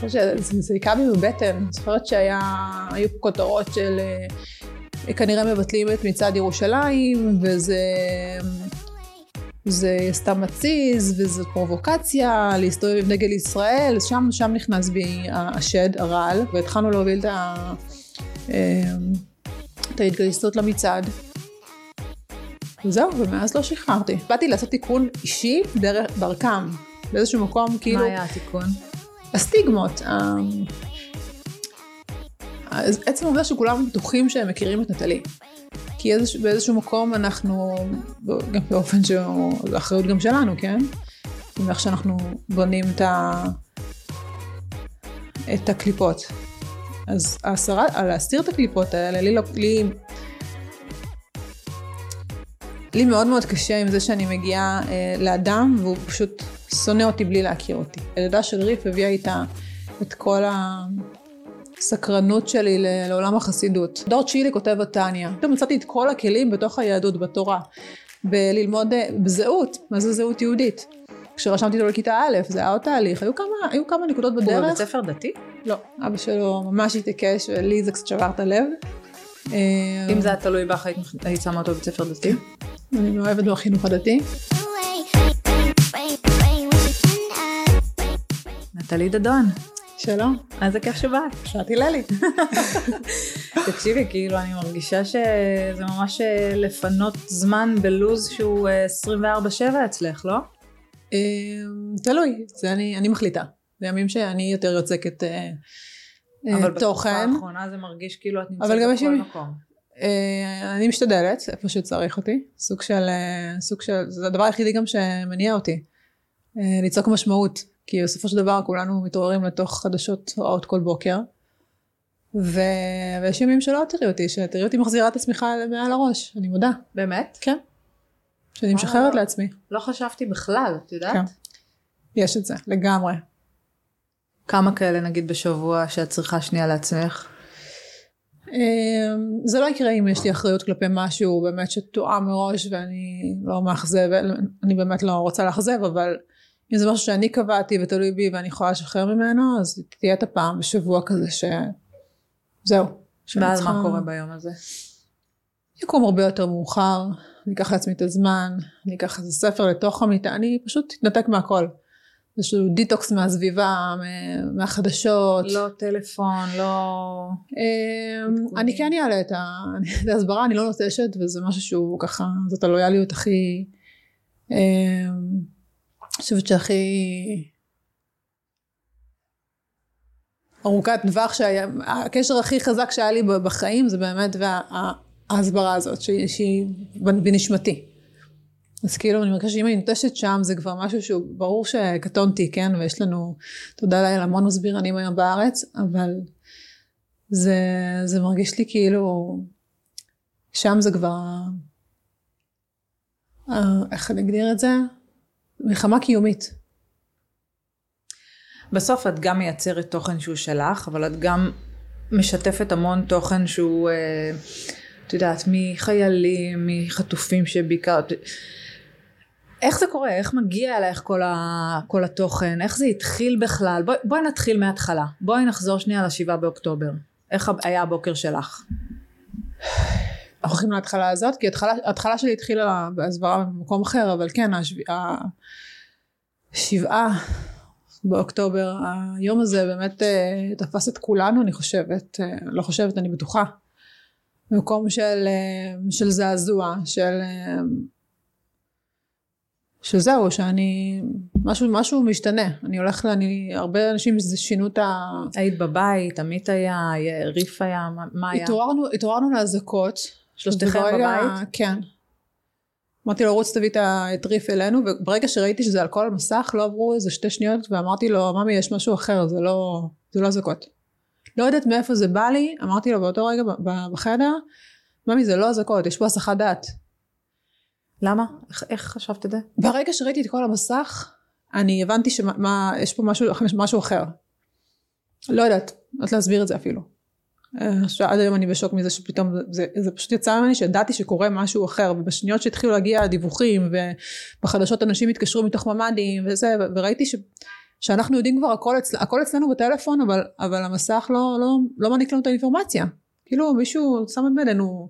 זוכרת שזה היכה בי בבטן, אני זוכרת שהיו כותרות של כנראה מבטלים את מצעד ירושלים, וזה סתם מציז, וזו פרובוקציה להסתובב עם דגל ישראל, שם נכנס בי השד, הרעל, והתחלנו להוביל את ההתגייסות למצעד. וזהו, ומאז לא שחררתי. באתי לעשות תיקון אישי דרכם, באיזשהו מקום כאילו... מה היה התיקון? הסטיגמות. עצם העובדה שכולם בטוחים שהם מכירים את נטלי. כי באיזשהו מקום אנחנו, גם באופן שהוא אחריות גם שלנו, כן? ואיך שאנחנו בונים את הקליפות. אז להסתיר את הקליפות האלה, לי מאוד מאוד קשה עם זה שאני מגיעה לאדם, והוא פשוט שונא אותי בלי להכיר אותי. הלידה של ריף הביאה איתה את כל הסקרנות שלי לעולם החסידות. דור צ'ילי כותב התניא. מצאתי את כל הכלים בתוך היהדות, בתורה, בללמוד בזהות, מה זה זהות יהודית. כשרשמתי אותו לכיתה א', זה היה עוד תהליך, היו כמה נקודות בדרך. הוא בבית ספר דתי? לא, אבא שלו ממש התעקש, ולי זה קצת שבר את הלב. אם זה היה תלוי בך, היית שמה אותו בבית ספר דתי? אני מאוהבת בחינוך הדתי. נטלי דדון. שלום. איזה כיף שבאת. שעתי ללי. תקשיבי, כאילו אני מרגישה שזה ממש לפנות זמן בלוז שהוא 24/7 אצלך, לא? תלוי, זה אני מחליטה. בימים שאני יותר יוצקת תוכן. אבל בתקופה האחרונה זה מרגיש כאילו את נמצאת בכל מקום. אני משתדלת, איפה שצריך אותי. סוג של, זה הדבר היחידי גם שמניע אותי. ליצוק משמעות. כי בסופו של דבר כולנו מתעוררים לתוך חדשות רעות כל בוקר. ויש ימים שלא תראי אותי, שתראי אותי מחזירה את עצמך מעל הראש. אני מודה. באמת? כן. שאני משחררת לעצמי. לא חשבתי בכלל, את יודעת? כן. יש את זה, לגמרי. כמה כאלה נגיד בשבוע שאת צריכה שנייה לעצמך? זה לא יקרה אם יש לי אחריות כלפי משהו באמת שתואם מראש ואני לא מאכזב, אני באמת לא רוצה לאכזב, אבל אם זה משהו שאני קבעתי ותלוי בי ואני יכולה לשחרר ממנו, אז תהיה את הפעם בשבוע כזה שזהו. ואז מה קורה ביום הזה? יקום הרבה יותר מאוחר, אני אקח לעצמי את הזמן, אני אקח איזה ספר לתוך המיטה, אני פשוט אתנתק מהכל. איזשהו דיטוקס מהסביבה, מהחדשות. לא טלפון, לא... אני כן אעלה את ההסברה, אני לא נוטשת, וזה משהו שהוא ככה, זאת הלויאליות הכי... אני חושבת שהכי... ארוכת טווח שהיה, הקשר הכי חזק שהיה לי בחיים, זה באמת ההסברה הזאת, שהיא בנשמתי. אז כאילו אני מרגישה שאם אני נוטשת שם זה כבר משהו שהוא ברור שקטונתי, כן? ויש לנו, תודה לאל, המון מסבירנים היום בארץ, אבל זה מרגיש לי כאילו, שם זה כבר, איך אני אגדיר את זה? מלחמה קיומית. בסוף את גם מייצרת תוכן שהוא שלך, אבל את גם משתפת המון תוכן שהוא, את יודעת, מחיילים, מחטופים שבעיקר... איך זה קורה? איך מגיע אלייך כל התוכן? איך זה התחיל בכלל? בואי נתחיל מההתחלה. בואי נחזור שנייה ל7 באוקטובר. איך היה הבוקר שלך? אנחנו הולכים להתחלה הזאת, כי ההתחלה שלי התחילה בהסברה במקום אחר, אבל כן, 7 באוקטובר, היום הזה באמת תפס את כולנו, אני חושבת, לא חושבת, אני בטוחה. במקום של זעזוע, שזהו, שאני, משהו משתנה, אני הולך, הרבה אנשים שינו את היית בבית, עמית היה, ריף היה, מה היה? התעוררנו להזקות. שלושתכם בבית? כן. אמרתי לו, רוץ תביא את ריף אלינו, וברגע שראיתי שזה על כל המסך, לא עברו איזה 2 שניות, ואמרתי לו, ממי, יש משהו אחר, זה לא הזקות. לא יודעת מאיפה זה בא לי, אמרתי לו באותו רגע בחדר, ממי, זה לא הזקות, יש פה הסחת דעת. למה? איך חשבת את זה? ברגע שראיתי את כל המסך, אני הבנתי שיש פה משהו אחר. לא יודעת להסביר את זה אפילו. עד היום אני בשוק מזה שפתאום זה פשוט יצא ממני שידעתי שקורה משהו אחר, ובשניות שהתחילו להגיע הדיווחים, ובחדשות אנשים התקשרו מתוך ממדים וזה, וראיתי שאנחנו יודעים כבר הכל אצלנו בטלפון, אבל המסך לא מעניק לנו את האינפורמציה. כאילו מישהו שם את בינינו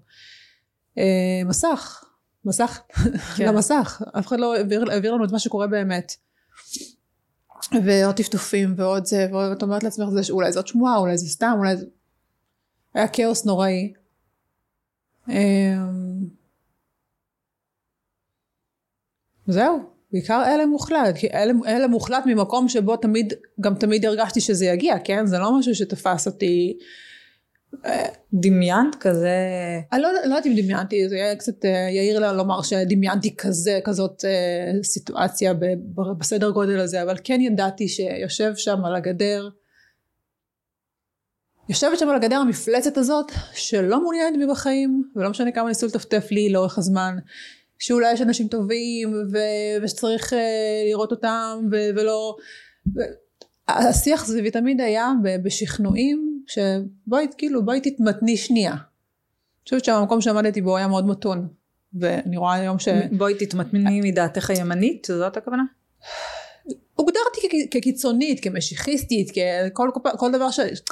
מסך כן. למסך, אף אחד לא העביר לנו את מה שקורה באמת. ועוד טפטופים ועוד זה, ואת אומרת לעצמך, אולי זאת שמועה, אולי זה סתם, אולי זה... היה כאוס נוראי. זהו, בעיקר הלם מוחלט, כי הלם מוחלט ממקום שבו תמיד הרגשתי שזה יגיע, כן? זה לא משהו שתפס אותי... דמיינת כזה? אני לא יודעת אם דמיינתי, זה היה קצת יאיר לומר שדמיינתי כזאת סיטואציה בסדר גודל הזה, אבל כן ידעתי שיושבת שם על הגדר המפלצת הזאת, שלא מעוניינת בי בחיים, ולא משנה כמה ניסו לטפטף לי לאורך הזמן, שאולי יש אנשים טובים, ושצריך לראות אותם, ולא... השיח סביבי תמיד היה בשכנועים, בואי תתמתני שנייה. אני חושבת שהמקום שעמדתי בו היה מאוד מתון, ואני רואה היום בואי תתמתני מדעתך הימנית, זאת הכוונה? הוגדרתי כקיצונית, כמשיחיסטית, כל דבר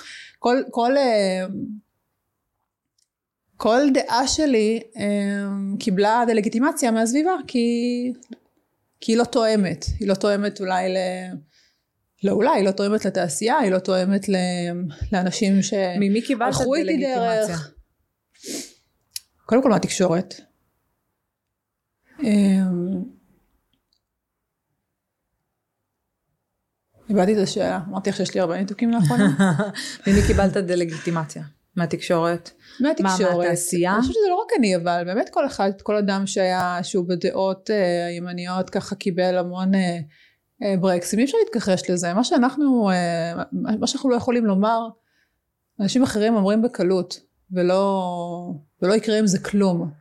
כל דעה שלי קיבלה דלגיטימציה מהסביבה, כי היא לא תואמת. היא לא תואמת אולי היא לא תואמת לתעשייה, היא לא תואמת לאנשים ממי קיבלת דלגיטימציה? קודם כל מהתקשורת. איבדתי את השאלה, אמרתי לך שיש לי 40 ניתוקים לאחרונה. ממי קיבלת דלגיטימציה? מהתקשורת? מהתעשייה? אני חושבת שזה לא רק אני, אבל באמת כל אדם שהוא בדעות הימניות ככה קיבל המון ברקסים, אי אפשר להתכחש לזה. מה שאנחנו לא יכולים לומר, אנשים אחרים אומרים בקלות, ולא יקרה עם זה כלום.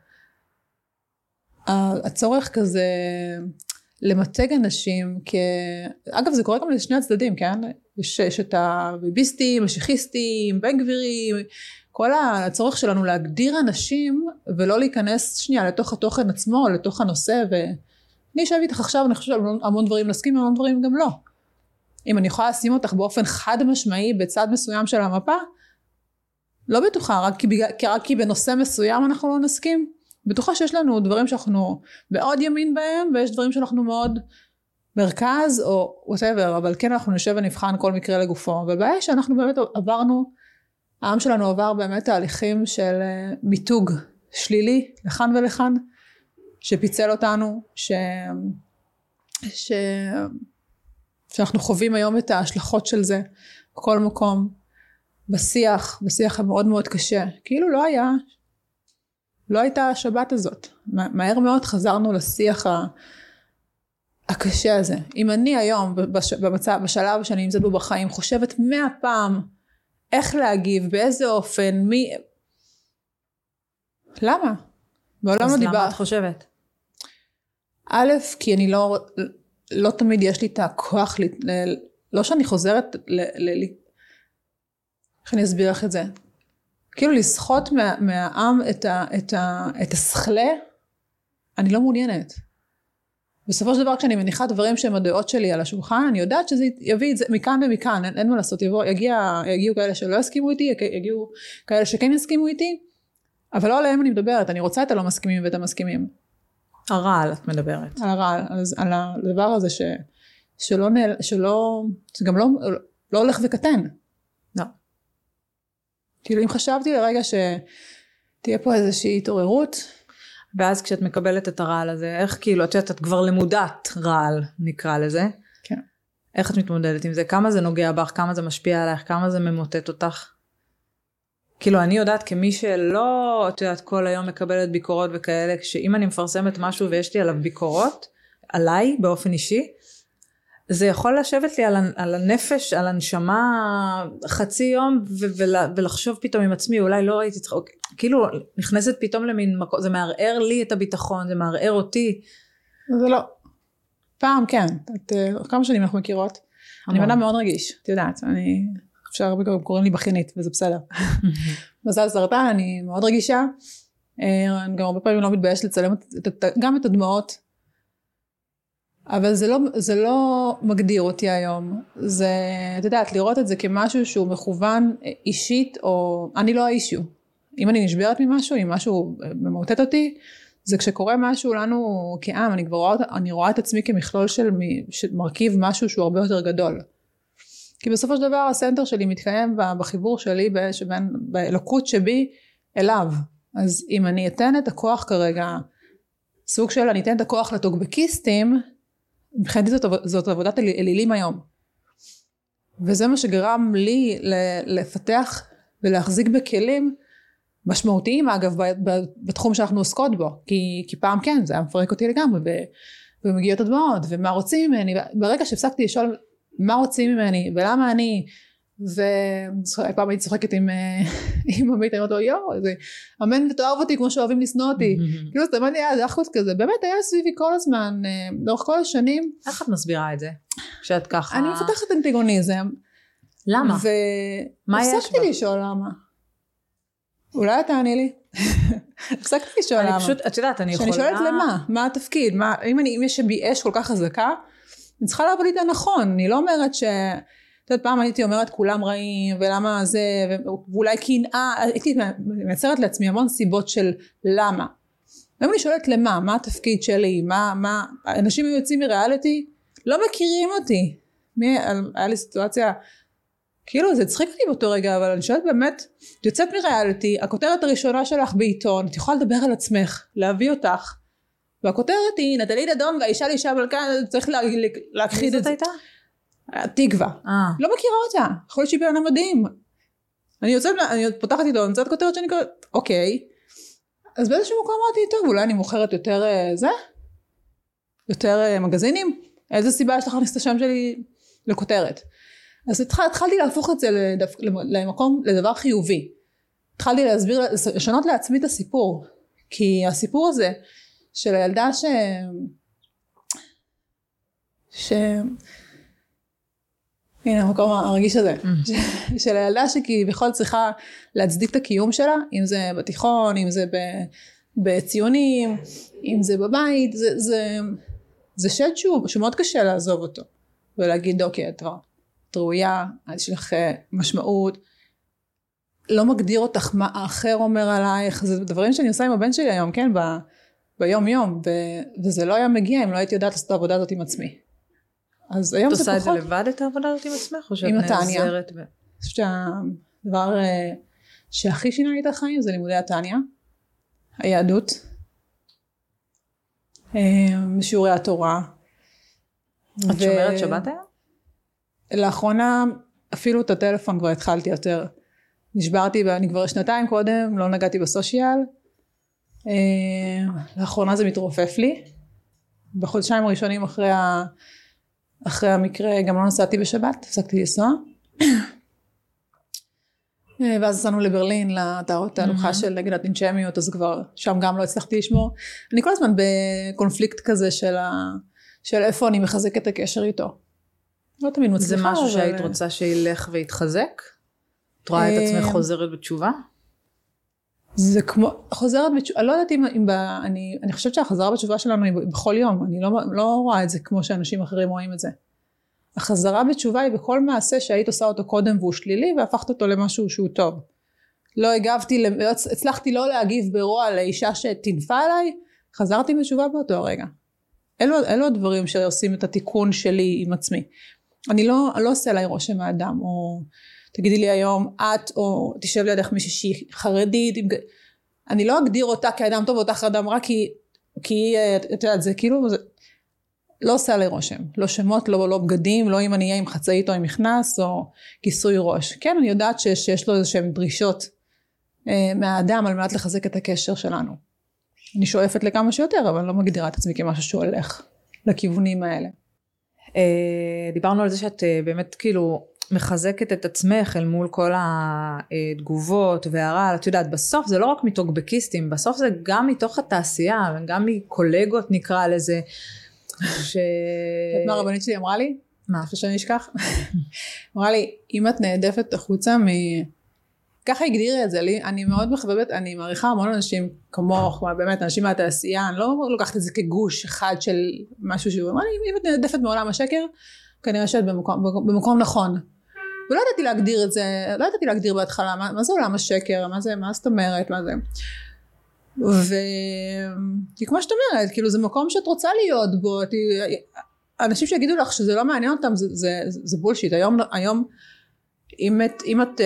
הצורך כזה למתג אנשים, אגב זה קורה גם לשני הצדדים, כן? יש את הביביסטים, משיחיסטים, בן גבירים, כל הצורך שלנו להגדיר אנשים, ולא להיכנס שנייה לתוך התוכן עצמו, לתוך הנושא, ואני אשב איתך עכשיו, אני חושבת המון דברים נסכים, המון דברים גם לא. אם אני יכולה לשים אותך באופן חד משמעי, בצד מסוים של המפה, לא בטוחה, רק כי בנושא מסוים אנחנו לא נסכים, בטוחה שיש לנו דברים שאנחנו מאוד ימין בהם, ויש דברים שאנחנו מאוד מרכז, או whatever, אבל כן אנחנו נשב ונבחן כל מקרה לגופו, אבל בעיה שאנחנו באמת העם שלנו עבר באמת תהליכים של מיתוג שלילי, לכאן ולכאן, שפיצל אותנו, שאנחנו חווים היום את ההשלכות של זה, בכל מקום, בשיח המאוד מאוד קשה, כאילו לא הייתה השבת הזאת, מהר מאוד חזרנו לשיח הקשה הזה. אם אני היום בשלב שאני נמצאת בו בחיים חושבת 100 פעם איך להגיב, באיזה אופן, למה? אז למה את חושבת? א', כי אני לא תמיד יש לי את הכוח, לא שאני חוזרת איך אני אסביר לך את זה? כאילו לסחוט מהעם את השכלה, אני לא מעוניינת. בסופו של דבר כשאני מניחה דברים שהם הדעות שלי על השולחן, אני יודעת שזה יביא את זה מכאן ומכאן, אין מה לעשות, יגיעו כאלה שלא יסכימו איתי, יגיעו כאלה שכן יסכימו איתי, אבל לא עליהם אני מדברת, אני רוצה את הלא מסכימים ואת המסכימים. הרעל את מדברת. על הרעל, על הדבר הזה שגם לא הולך וקטן. לא. כאילו אם חשבתי לרגע שתהיה פה איזושהי התעוררות, ואז כשאת מקבלת את הרעל הזה, איך כאילו, את כבר למודעת רעל, נקרא לזה. כן. איך את מתמודדת עם זה? כמה זה נוגע בך? כמה זה משפיע עליך? כמה זה ממוטט אותך? כאילו, אני יודעת כמי שלא, את יודעת, כל היום מקבלת ביקורות וכאלה, שאם אני מפרסמת משהו ויש לי עליו ביקורות, עליי באופן אישי, זה יכול לשבת לי על הנפש, על הנשמה חצי יום, ולחשוב פתאום עם עצמי, אולי לא הייתי צריכה, כאילו נכנסת פתאום למין מקום, זה מערער לי את הביטחון, זה מערער אותי. זה לא. פעם כן, כמה שנים אנחנו מכירות. אני מנה מאוד רגיש, את יודעת, אפשר הרבה קוראים לי בכיינית, וזה בסדר. מזל סרטן, אני מאוד רגישה, אני גם הרבה פעמים לא מתביישת לצלם גם את הדמעות, אבל זה לא מגדיר אותי היום. זה, את יודעת, לראות את זה כמשהו שהוא מכוון אישית, או אני לא האישיו. אם אני נשברת ממשהו, אם משהו ממוטט אותי, זה כשקורה משהו לנו כעם, אני רואה את עצמי כמכלול שמרכיב משהו שהוא הרבה יותר גדול. כי בסופו של דבר הסנטר שלי מתקיים בחיבור שלי באלוקות שבי אליו. אז אם אני אתן את הכוח כרגע, סוג של אני אתן את הכוח לטוקבקיסטים, מבחינתי זאת עבודת אלילים היום. וזה מה שגרם לי לפתח ולהחזיק בכלים משמעותיים אגב בתחום שאנחנו עוסקות בו. כי פעם כן, זה היה מפרק אותי לגמרי במגיעות הדמעות ומה רוצים ממני. ברגע שהפסקתי לשאול מה רוצים ממני ולמה אני, ופעם הייתי צוחקת עם עמית, אני אומרת לו יואו, אמן ותאהב אותי כמו שאוהבים לשנוא אותי. כאילו זה תמיד היה, זה אחוז כזה, באמת היה סביבי כל הזמן, לאורך כל השנים. איך את מסבירה את זה? כשאת ככה... אני מפתחת אנטיגוניזם. למה? מה יש בה? והפסקתי לשאול למה. אולי אתה עני לי? הפסקתי לשאול למה. אני פשוט, את יודעת, אני יכולה... שאני שואלת למה, מה התפקיד, אם יש בי אש כל כך חזקה, אני צריכה לעבוד איתה נכון, אני לא אומרת ש... את יודעת, פעם הייתי אומרת כולם רעים, ולמה זה, ואולי קנאה, הייתי מייצרת לעצמי המון סיבות של למה. היום אני שואלת למה, מה התפקיד שלי, מה, אנשים יוצאים מריאליטי, לא מכירים אותי. היה לי סיטואציה, כאילו זה צחיק אותי באותו רגע, אבל אני שואלת באמת, יוצאת מריאליטי, הכותרת הראשונה שלך בעיתון, את יכולה לדבר על עצמך, להביא אותך, והכותרת היא, נטלי דדון והאישה לאישה מלכה, צריך להכחיד את זה. תקווה. לא מכירה אותה. יכול להיות שהיא בן אדם מדהים. אני פותחת איתו, אני יוצאת כותרת שאני קוראת, אוקיי. אז באיזשהו מקום אמרתי, טוב, אולי אני מוכרת יותר יותר מגזינים. איזה סיבה יש לך להכניס את השם שלי לכותרת? אז התחלתי להפוך את זה למקום, לדבר חיובי. התחלתי לשנות לעצמי את הסיפור. כי הסיפור הזה של הילדה הנה המקום הרגיש הזה, של הילדה שכביכול צריכה להצדיק את הקיום שלה, אם זה בתיכון, אם זה בציונים, אם זה בבית, זה שד שמאוד קשה לעזוב אותו, ולהגיד אוקיי, את ראויה, יש לך משמעות, לא מגדיר אותך מה האחר אומר עלייך, זה דברים שאני עושה עם הבן שלי היום, כן, ביום יום, וזה לא היה מגיע אם לא הייתי יודעת לעשות את העבודה הזאת עם עצמי. אז היום זה פחות... את עושה את זה לבד את העבודה הזאת עם עצמך? או שאת נעזרת? אני חושבת שהדבר שהכי שינה לי את החיים זה לימודי התניה, היהדות, שיעורי התורה. את שומרת שבת היום? לאחרונה אפילו את הטלפון כבר התחלתי יותר. נשברתי, אני כבר שנתיים קודם, לא נגעתי בסושיאל. לאחרונה זה מתרופף לי. בחודשיים הראשונים אחרי המקרה גם לא נסעתי בשבת, הפסקתי לנסוע. ואז נסענו לברלין לתערוכה של נגד האנטישמיות, אז כבר שם גם לא הצלחתי לשמור. אני כל הזמן בקונפליקט כזה של איפה אני מחזק את הקשר איתו. לא תמיד מצליחה. זה משהו שהיית רוצה שילך ויתחזק? את רואה את עצמך חוזרת בתשובה? זה כמו, חוזרת בתשובה, לא יודעת אם אני חושבת שהחזרה בתשובה שלנו היא בכל יום, אני לא רואה את זה כמו שאנשים אחרים רואים את זה. החזרה בתשובה היא בכל מעשה שהיית עושה אותו קודם והוא שלילי, והפכת אותו למשהו שהוא טוב. לא הגבתי, הצלחתי לא להגיב ברוע לאישה שתנפה עליי, חזרתי בתשובה באותו הרגע. אלו הדברים שעושים את התיקון שלי עם עצמי. אני לא עושה עליי רושם האדם, או תגידי לי היום, את, או תשב לידך מישהי שהיא חרדית, אני לא אגדיר אותה כאדם טוב, אותך אדם רע, כי את יודעת, זה כאילו, לא עושה עליי רושם, לא שמות, לא בגדים, לא אם אני אהיה עם חצאית או עם מכנס, או כיסוי ראש. כן, אני יודעת שיש לו איזשהם דרישות מהאדם, על מנת לחזק את הקשר שלנו. אני שואפת לכמה שיותר, אבל לא מגדירה את עצמי כמשהו שהולך לכיוונים האלה. דיברנו על זה שאת באמת כאילו מחזקת את עצמך אל מול כל התגובות והרעל. את יודעת, בסוף זה לא רק מטוקבקיסטים, בסוף זה גם מתוך התעשייה, וגם מקולגות נקרא לזה. את מה הרבנית שלי אמרה לי? מה? אחרי שאני אשכח? אמרה לי, אם את נעדפת החוצה ככה הגדירי את זה לי, אני מאוד מחבבת, אני מעריכה המון אנשים כמוך, באמת אנשים מהתעשייה, אני לא לוקחת את זה כגוש אחד של משהו שהוא, אם את נעדפת מעולם השקר, כנראה שאת במקום נכון. ולא ידעתי להגדיר את זה, לא ידעתי להגדיר בהתחלה, מה זה עולם השקר, מה זאת אומרת, מה זה. כי כמו שאת אומרת, כאילו זה מקום שאת רוצה להיות בו, אנשים שיגידו לך שזה לא מעניין אותם, זה בולשיט. היום אם את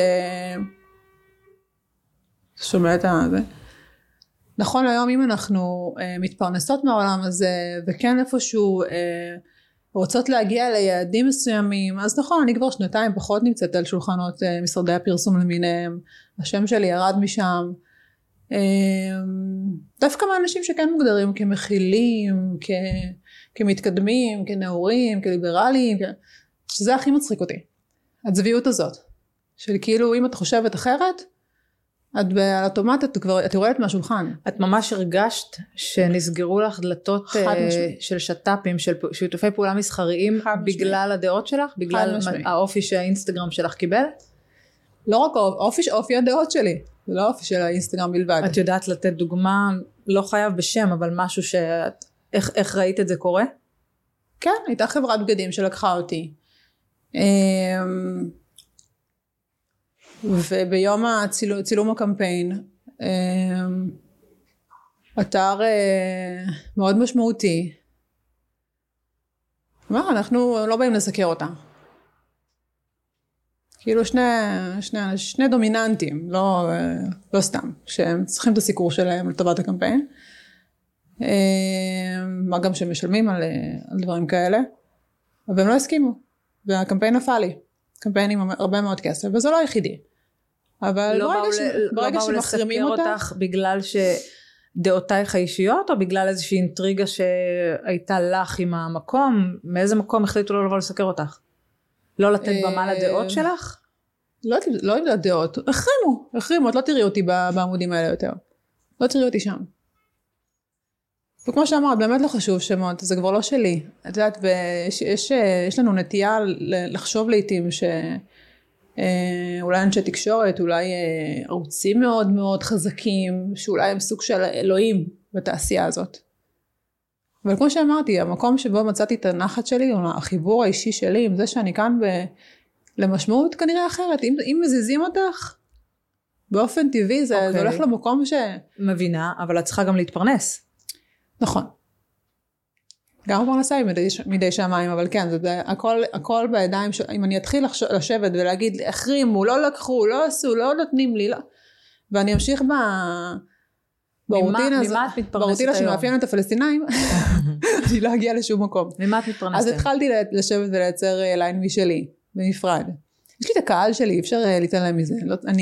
שומעת זה, נכון היום אם אנחנו מתפרנסות מהעולם הזה, וכן איפשהו רוצות להגיע ליעדים מסוימים, אז נכון, אני כבר 2 פחות נמצאת על שולחנות משרדי הפרסום למיניהם, השם שלי ירד משם, דווקא מהאנשים שכן מוגדרים כמכילים, כמתקדמים, כנאורים, כליברליים, שזה הכי מצחיק אותי, הצביעות הזאת, של כאילו אם את חושבת אחרת, את על אוטומט, את יורדת מהשולחן. את ממש הרגשת שנסגרו לך דלתות של שטאפים, של שיתופי פעולה מסחריים, בגלל הדעות שלך? בגלל האופי שהאינסטגרם שלך קיבל? לא רק אופי הדעות שלי, זה לא אופי של האינסטגרם בלבד. את יודעת לתת דוגמה, לא חייב בשם, אבל משהו איך ראית את זה קורה? כן, הייתה חברת בגדים שלקחה אותי. וביום צילום הקמפיין, אתר מאוד משמעותי, אמר, אנחנו לא באים לסקר אותה. כאילו שני דומיננטים, לא סתם, שהם צריכים את הסיקור שלהם לטובת הקמפיין, מה גם שהם משלמים על דברים כאלה, אבל הם לא הסכימו, והקמפיין נפל לי, קמפיין עם הרבה מאוד כסף, וזה לא היחידי. אבל ברגע שמחרימים אותך בגלל שדעותייך האישיות, או בגלל איזושהי אינטריגה שהייתה לך עם המקום, מאיזה מקום החליטו לא לבוא לסקר אותך? לא לתת במה לדעות שלך? לא יודעת דעות, החרימו, את לא תראי אותי בעמודים האלה יותר, לא תראי אותי שם. וכמו שאמרת, באמת לא חשוב שמות, זה כבר לא שלי. את יודעת, יש לנו נטייה לחשוב לעתים אולי אנשי תקשורת, אולי ערוצים מאוד מאוד חזקים, שאולי הם סוג של אלוהים בתעשייה הזאת. אבל כמו שאמרתי, המקום שבו מצאתי את הנחת שלי, או החיבור האישי שלי, עם זה שאני כאן למשמעות כנראה אחרת. אם מזיזים אותך, באופן טבעי זה הולך למקום מבינה, אבל את צריכה גם להתפרנס. נכון. גם הפרנסה היא מדי שמיים, אבל כן, זה הכל בידיים, אם אני אתחיל לשבת ולהגיד, החרימו, לא לקחו, לא עשו, לא נותנים לי, לא. ואני אמשיך ברוטינה שמאפיין את הפלסטינאים, אני לא אגיע לשום מקום. ממה את מתפרנסת? אז התחלתי לשבת ולייצר ליין משלי, בנפרד. יש לי את הקהל שלי, אפשר להתעלם מזה.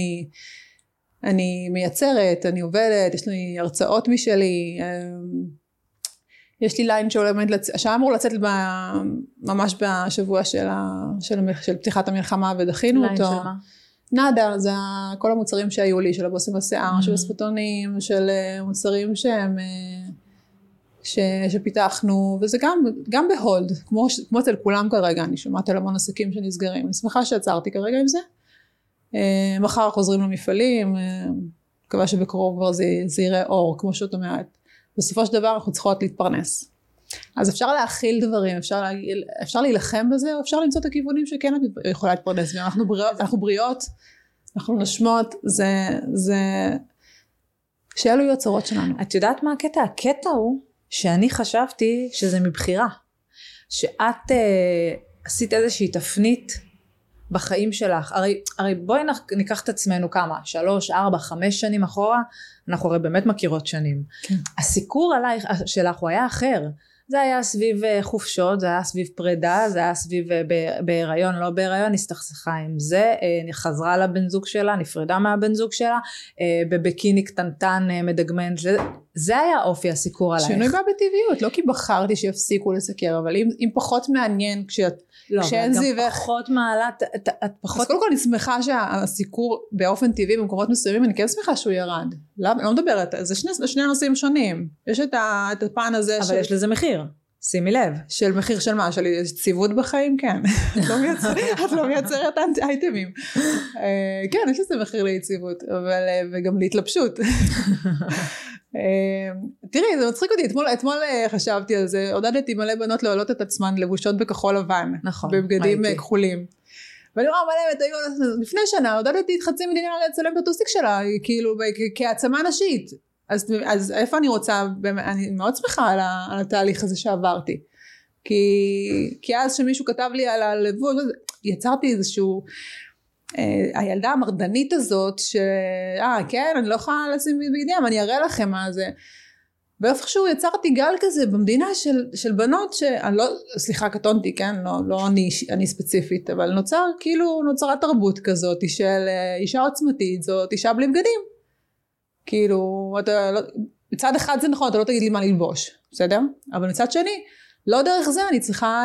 אני מייצרת, אני עובדת, יש לי הרצאות משלי, יש לי ליין שהיה אמור לצאת ממש בשבוע של פתיחת המלחמה ודחינו אותו. ליין של מה? נאדה, זה כל המוצרים שהיו לי, של הבושם בשיער, של הספטונים, של מוצרים שפיתחנו, וזה גם בהולד, כמו אצל כולם כרגע, אני שומעת על המון עסקים שנסגרים, אני שמחה שעצרתי כרגע עם זה, מחר חוזרים למפעלים, מקווה שבקרוב כבר זה יראה אור, כמו שאת אומרת, בסופו של דבר אנחנו צריכות להתפרנס, אז אפשר להכיל דברים, אפשר להילחם בזה, או אפשר למצוא את הכיוונים שכן את יכולה להתפרנס, אנחנו בריאות, אנחנו נשמות, שאלו יהיו הצורות שלנו. את יודעת מה הקטע? הקטע הוא שאני חשבתי שזה מבחירה, שאת עשית איזושהי תפנית בחיים שלך, הרי בואי ניקח את עצמנו כמה, 3, 4, 5 שנים אחורה, אנחנו הרי באמת מכירות שנים. כן. הסיקור עלייך שלך הוא היה אחר, זה היה סביב חופשות, זה היה סביב פרידה, זה היה סביב בהיריון, לא בהיריון, הסתכסכה עם זה, חזרה לבן זוג שלה, נפרדה מהבן זוג שלה, בבקיני קטנטן מדגמן, זה היה אופי הסיקור עלייך. שינוי בה בטבעיות, לא כי בחרתי שיפסיקו לסקר, אבל אם פחות מעניין כשאין זיווך. גם פחות מעלה, אז קודם כל אני שמחה שהסיקור באופן טבעי במקומות מסוימים, אני כן שמחה שהוא ירד. לא מדברת, זה שני נושאים שונים. יש את הפן הזה אבל יש לזה מחיר. שימי לב. של מחיר של מה? של ציוות בחיים? כן. את לא מייצרת אייטמים. כן, יש לזה מחיר ליציבות, וגם להתלבשות. תראי, זה מצחיק אותי, אתמול חשבתי על זה, עודדתי מלא בנות להעלות את עצמן לבושות בכחול לבן. נכון. בבגדים כחולים. ואני רואה מלא, לפני שנה עודדתי את חצי מדינה לצלם את הטוסיק שלה, כאילו כעצמה נשית. אז איפה אני רוצה, אני מאוד שמחה על התהליך הזה שעברתי. כי אז שמישהו כתב לי על הלבוש, יצרתי איזשהו, הילדה המרדנית הזאת, כן, אני לא יכולה לשים בגדים, אני אראה לכם מה זה. ואיפשהו יצרתי גל כזה במדינה של בנות שאני לא, סליחה קטונתי, כן, לא אני ספציפית, אבל נוצרה תרבות כזאת של אישה עוצמתית, זאת אישה בלי בגדים. כאילו, מצד אחד זה נכון, אתה לא תגיד לי מה ללבוש, בסדר? אבל מצד שני, לא דרך זה אני צריכה,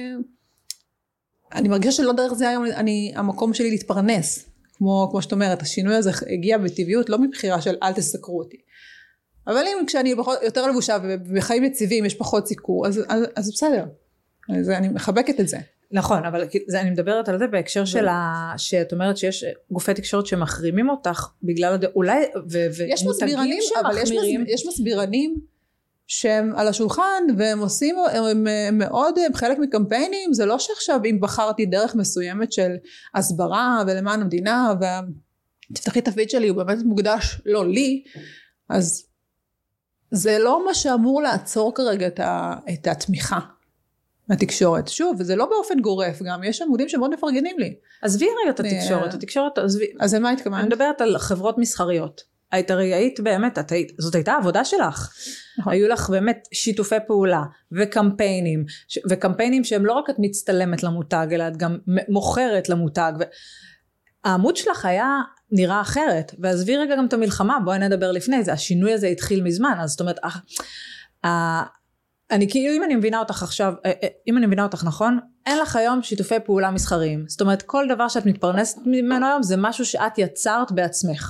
אני מרגישה שלא דרך זה היום, המקום שלי להתפרנס, כמו שאת אומרת, השינוי הזה הגיע בטבעיות, לא מבחירה של אל תסקרו אותי. אבל אם כשאני יותר לבושה ובחיים יציבים יש פחות סיקור, אז בסדר. אז אני מחבקת את זה. נכון, אבל אני מדברת על זה בהקשר של שאת אומרת שיש גופי תקשורת שמחרימים אותך בגלל אולי ומותגים שמחמירים. יש מסבירנים שהם על השולחן והם עושים, הם מאוד חלק מקמפיינים, זה לא שעכשיו אם בחרתי דרך מסוימת של הסברה ולמען המדינה ותפתחי את הפיד שלי הוא באמת מוקדש לא לי, אז זה לא מה שאמור לעצור כרגע את התמיכה מהתקשורת. שוב, וזה לא באופן גורף גם, יש עמודים שמאוד מפרגנים לי. עזבי רגע את התקשורת, עזבי. אז על מה התכוונת? אני מדברת על חברות מסחריות. היית באמת, זאת הייתה עבודה שלך. היו לך באמת שיתופי פעולה וקמפיינים שהם לא רק את מצטלמת למותג, אלא את גם מוכרת למותג. העמוד שלך היה נראה אחרת, ועזבי רגע גם את המלחמה, בואי נדבר לפני זה, השינוי הזה התחיל מזמן, אז זאת אומרת, אני כאילו, אם אני מבינה אותך עכשיו, אם אני מבינה אותך נכון, אין לך היום שיתופי פעולה מסחריים, זאת אומרת, כל דבר שאת מתפרנסת ממנו היום, זה משהו שאת יצרת בעצמך.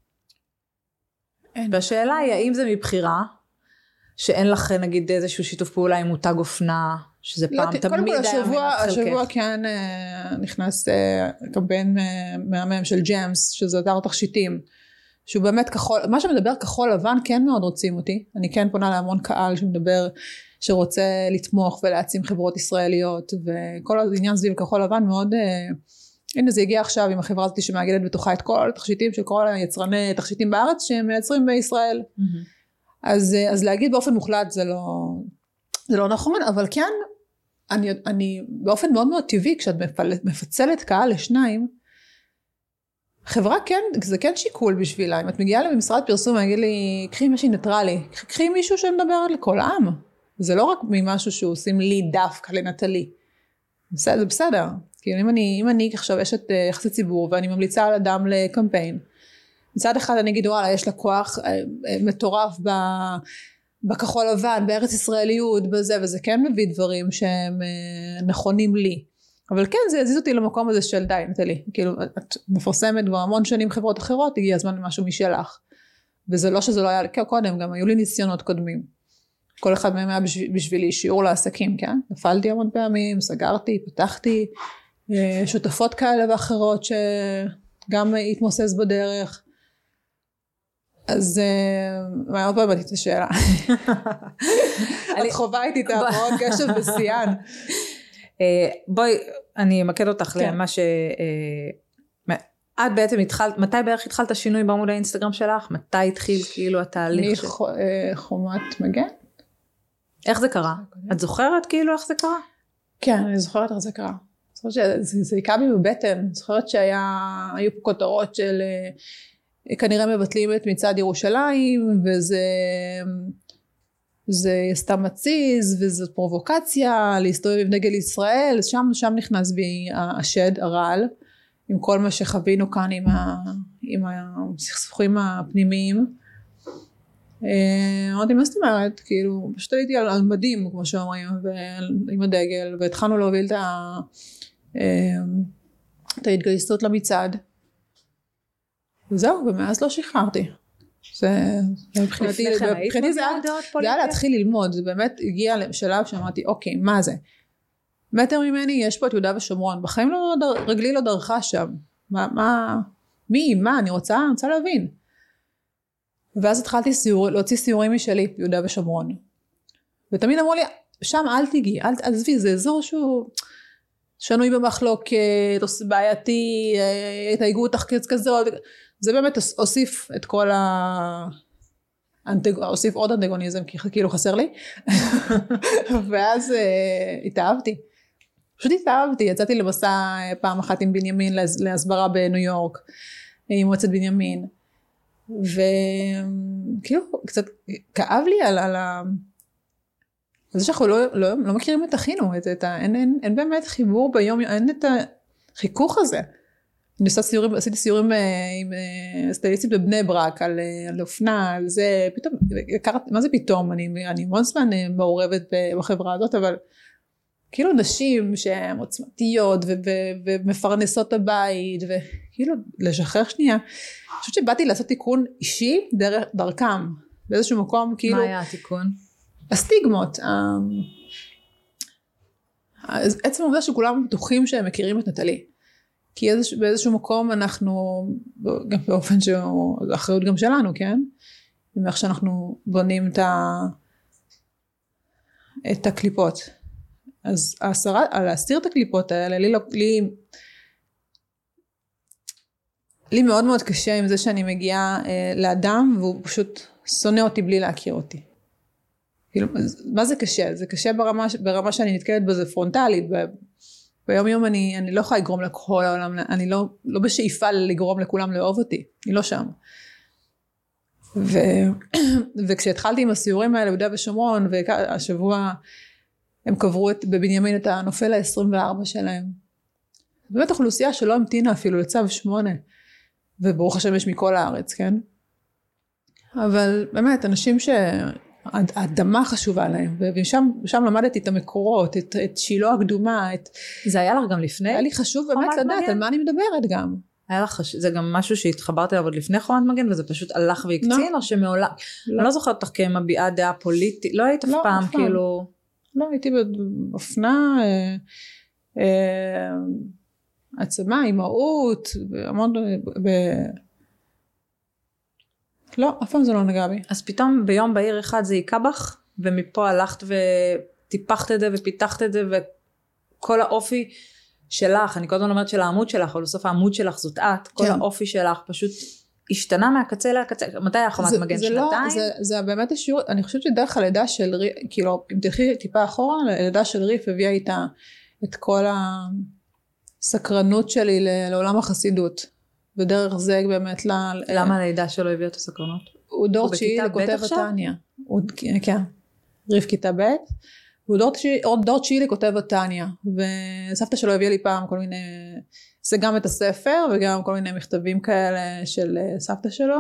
והשאלה היא, האם זה מבחירה, שאין לך נגיד איזשהו שיתוף פעולה עם מותג אופנה, שזה פעם תמיד היה מנת חלקך. השבוע כן נכנס קמפיין מהמם של ג'מס, שזה אתר תכשיטים, שהוא באמת כחול, מה שמדבר כחול לבן כן מאוד רוצים אותי, אני כן פונה להמון קהל שמדבר, שרוצה לתמוך ולהעצים חברות ישראליות, וכל העניין סביב כחול לבן מאוד, הנה זה הגיע עכשיו עם החברה הזאת שמאגדת בתוכה את כל התכשיטים של כל היצרני תכשיטים בארץ שהם מייצרים בישראל. אז להגיד באופן מוחלט זה לא נכון, אבל כן, אני באופן מאוד מאוד טבעי, כשאת מפצלת קהל לשניים, חברה כן, זה כן שיקול בשבילה, אם את מגיעה למשרד פרסום, אני אגיד לי, קחי משהו ניטרלי, קחי מישהו שמדבר לכל עם, זה לא רק ממשהו שעושים לי דווקא לנטלי, זה בסדר, כאילו אם אני עכשיו אשת יחסי ציבור, ואני ממליצה על אדם לקמפיין, מצד אחד אני אגיד וואלה יש לה כוח מטורף בכחול לבן, בארץ ישראליות, בזה, וזה כן מביא דברים שהם נכונים לי, אבל כן זה יזיז אותי למקום הזה של די נטלי, כאילו את מפרסמת כבר המון שנים חברות אחרות, הגיע הזמן למשהו משלך, וזה לא שזה לא היה קודם, גם היו לי ניסיונות קודמים, כל אחד מהם היה בשבילי שיעור לעסקים, כן? נפלתי המון פעמים, סגרתי, פתחתי, שותפות כאלה ואחרות שגם התמוסס בדרך, אז מה עוד פעם את השאלה? את חובה איתי את ההפרעות קשב ושיאן. בואי, אני אמקד אותך למה ש... את בעצם התחלת, מתי בערך התחלת השינוי בעמוד האינסטגרם שלך? מתי התחיל כאילו התהליך? מחומת מגן. איך זה קרה? את זוכרת כאילו איך זה קרה? כן, אני זוכרת איך זה קרה. זה יקע בי בבטן. זוכרת שהיו פה כותרות של... כנראה מבטלים את מצעד ירושלים, זה סתם מציז, וזו פרובוקציה, להסתובב עם דגל ישראל, שם נכנס בי השד, הרעל, עם כל מה שחווינו כאן עם הסכסוכים הפנימיים. אמרתי, מה זאת אומרת? כאילו, פשוט הייתי על מדים, כמו שאומרים, עם הדגל, והתחלנו להוביל את ההתגייסות למצעד. וזהו, ומאז לא שחררתי. מבחינתי זה היה להתחיל ללמוד, זה באמת הגיע לשלב שאמרתי, אוקיי, מה זה? מטר ממני יש פה את יהודה ושומרון, בחיים רגלי לא דרכה שם, מה, אני רוצה להבין. ואז התחלתי להוציא סיורים משלי, יהודה ושומרון. ותמיד אמרו לי, שם אל תגיעי, עזבי, זה אזור שהוא שנוי במחלוקת, בעייתי, התהיגות תחקיץ כזאת, זה באמת הוסיף את כל הוסיף עוד אנטגוניזם, כי כאילו חסר לי, ואז התאהבתי, פשוט התאהבתי, יצאתי למסע פעם אחת עם בנימין להסברה בניו יורק, עם מועצת בנימין, וכאילו קצת כאב לי על זה שאנחנו לא מכירים את אחינו, אין באמת חיבור ביום, אין את החיכוך הזה. אני עשיתי סיורים עם סטייליסטית בבני ברק, על אופנה, על זה, פתאום, מה זה פתאום? אני מאוד זמן מעורבת בחברה הזאת, אבל כאילו נשים שהן עוצמתיות ומפרנסות הבית, וכאילו לשחרר שנייה, אני חושבת שבאתי לעשות תיקון אישי דרכם, באיזשהו מקום כאילו... מה היה התיקון? הסטיגמות, עצם העובדה שכולם בטוחים שהם מכירים את נטלי, כי באיזשהו מקום אנחנו, גם באופן שהוא אחריות גם שלנו, כן? עם איך שאנחנו בונים את הקליפות. אז להסתיר את הקליפות האלה, לי מאוד מאוד קשה עם זה שאני מגיעה לאדם, והוא פשוט שונא אותי בלי להכיר אותי. כאילו, מה זה קשה? זה קשה ברמה שאני נתקלת בזה פרונטלית, ביום יום אני לא יכולה לגרום לכל העולם, אני לא בשאיפה לגרום לכולם לאהוב אותי, אני לא שם. וכשהתחלתי עם הסיורים האלה ביהודה ושומרון, והשבוע הם קברו בבנימין את הנופל ה-24 שלהם. באמת אוכלוסייה שלא המתינה אפילו לצו 8, וברוך השם יש מכל הארץ, כן? אבל באמת אנשים האדמה חשובה להם, ושם למדתי את המקורות, את שילה הקדומה, זה היה לך גם לפני? היה לי חשוב באמת לדעת על מה אני מדברת גם. היה לך זה גם משהו שהתחברת אליו עוד לפני חומת מגן, וזה פשוט הלך והקצין, או שמעולם, אני לא זוכרת אותך כמביעה דעה פוליטית, לא היית אף פעם כאילו... לא, הייתי באופנה, עצמה, אימהות, המון לא, אף פעם זה לא נגע בי. אז פתאום ביום בהיר אחד זה יקע בך, ומפה הלכת וטיפחת את זה ופיתחת את זה, וכל האופי שלך, אני קודם אומרת של העמוד שלך, אבל בסוף העמוד שלך זאת את, כל האופי שלך פשוט השתנה מהקצה לקצה. מתי היה חומת מגן? שנתיים? זה באמת השיעור, אני חושבת שדרך הלידה של ריף, כאילו אם תלכי טיפה אחורה, הלידה של ריף הביאה איתה את כל הסקרנות שלי לעולם החסידות. ודרך זה באמת למה הלידה שלו הביאה את הסקרנות? הוא דור תשיעי לכותב התניא. כן, ריף כיתה ב', הוא דור תשיעי לכותב התניא, וסבתא שלו הביאה לי פעם כל מיני, זה גם את הספר וגם כל מיני מכתבים כאלה של סבתא שלו,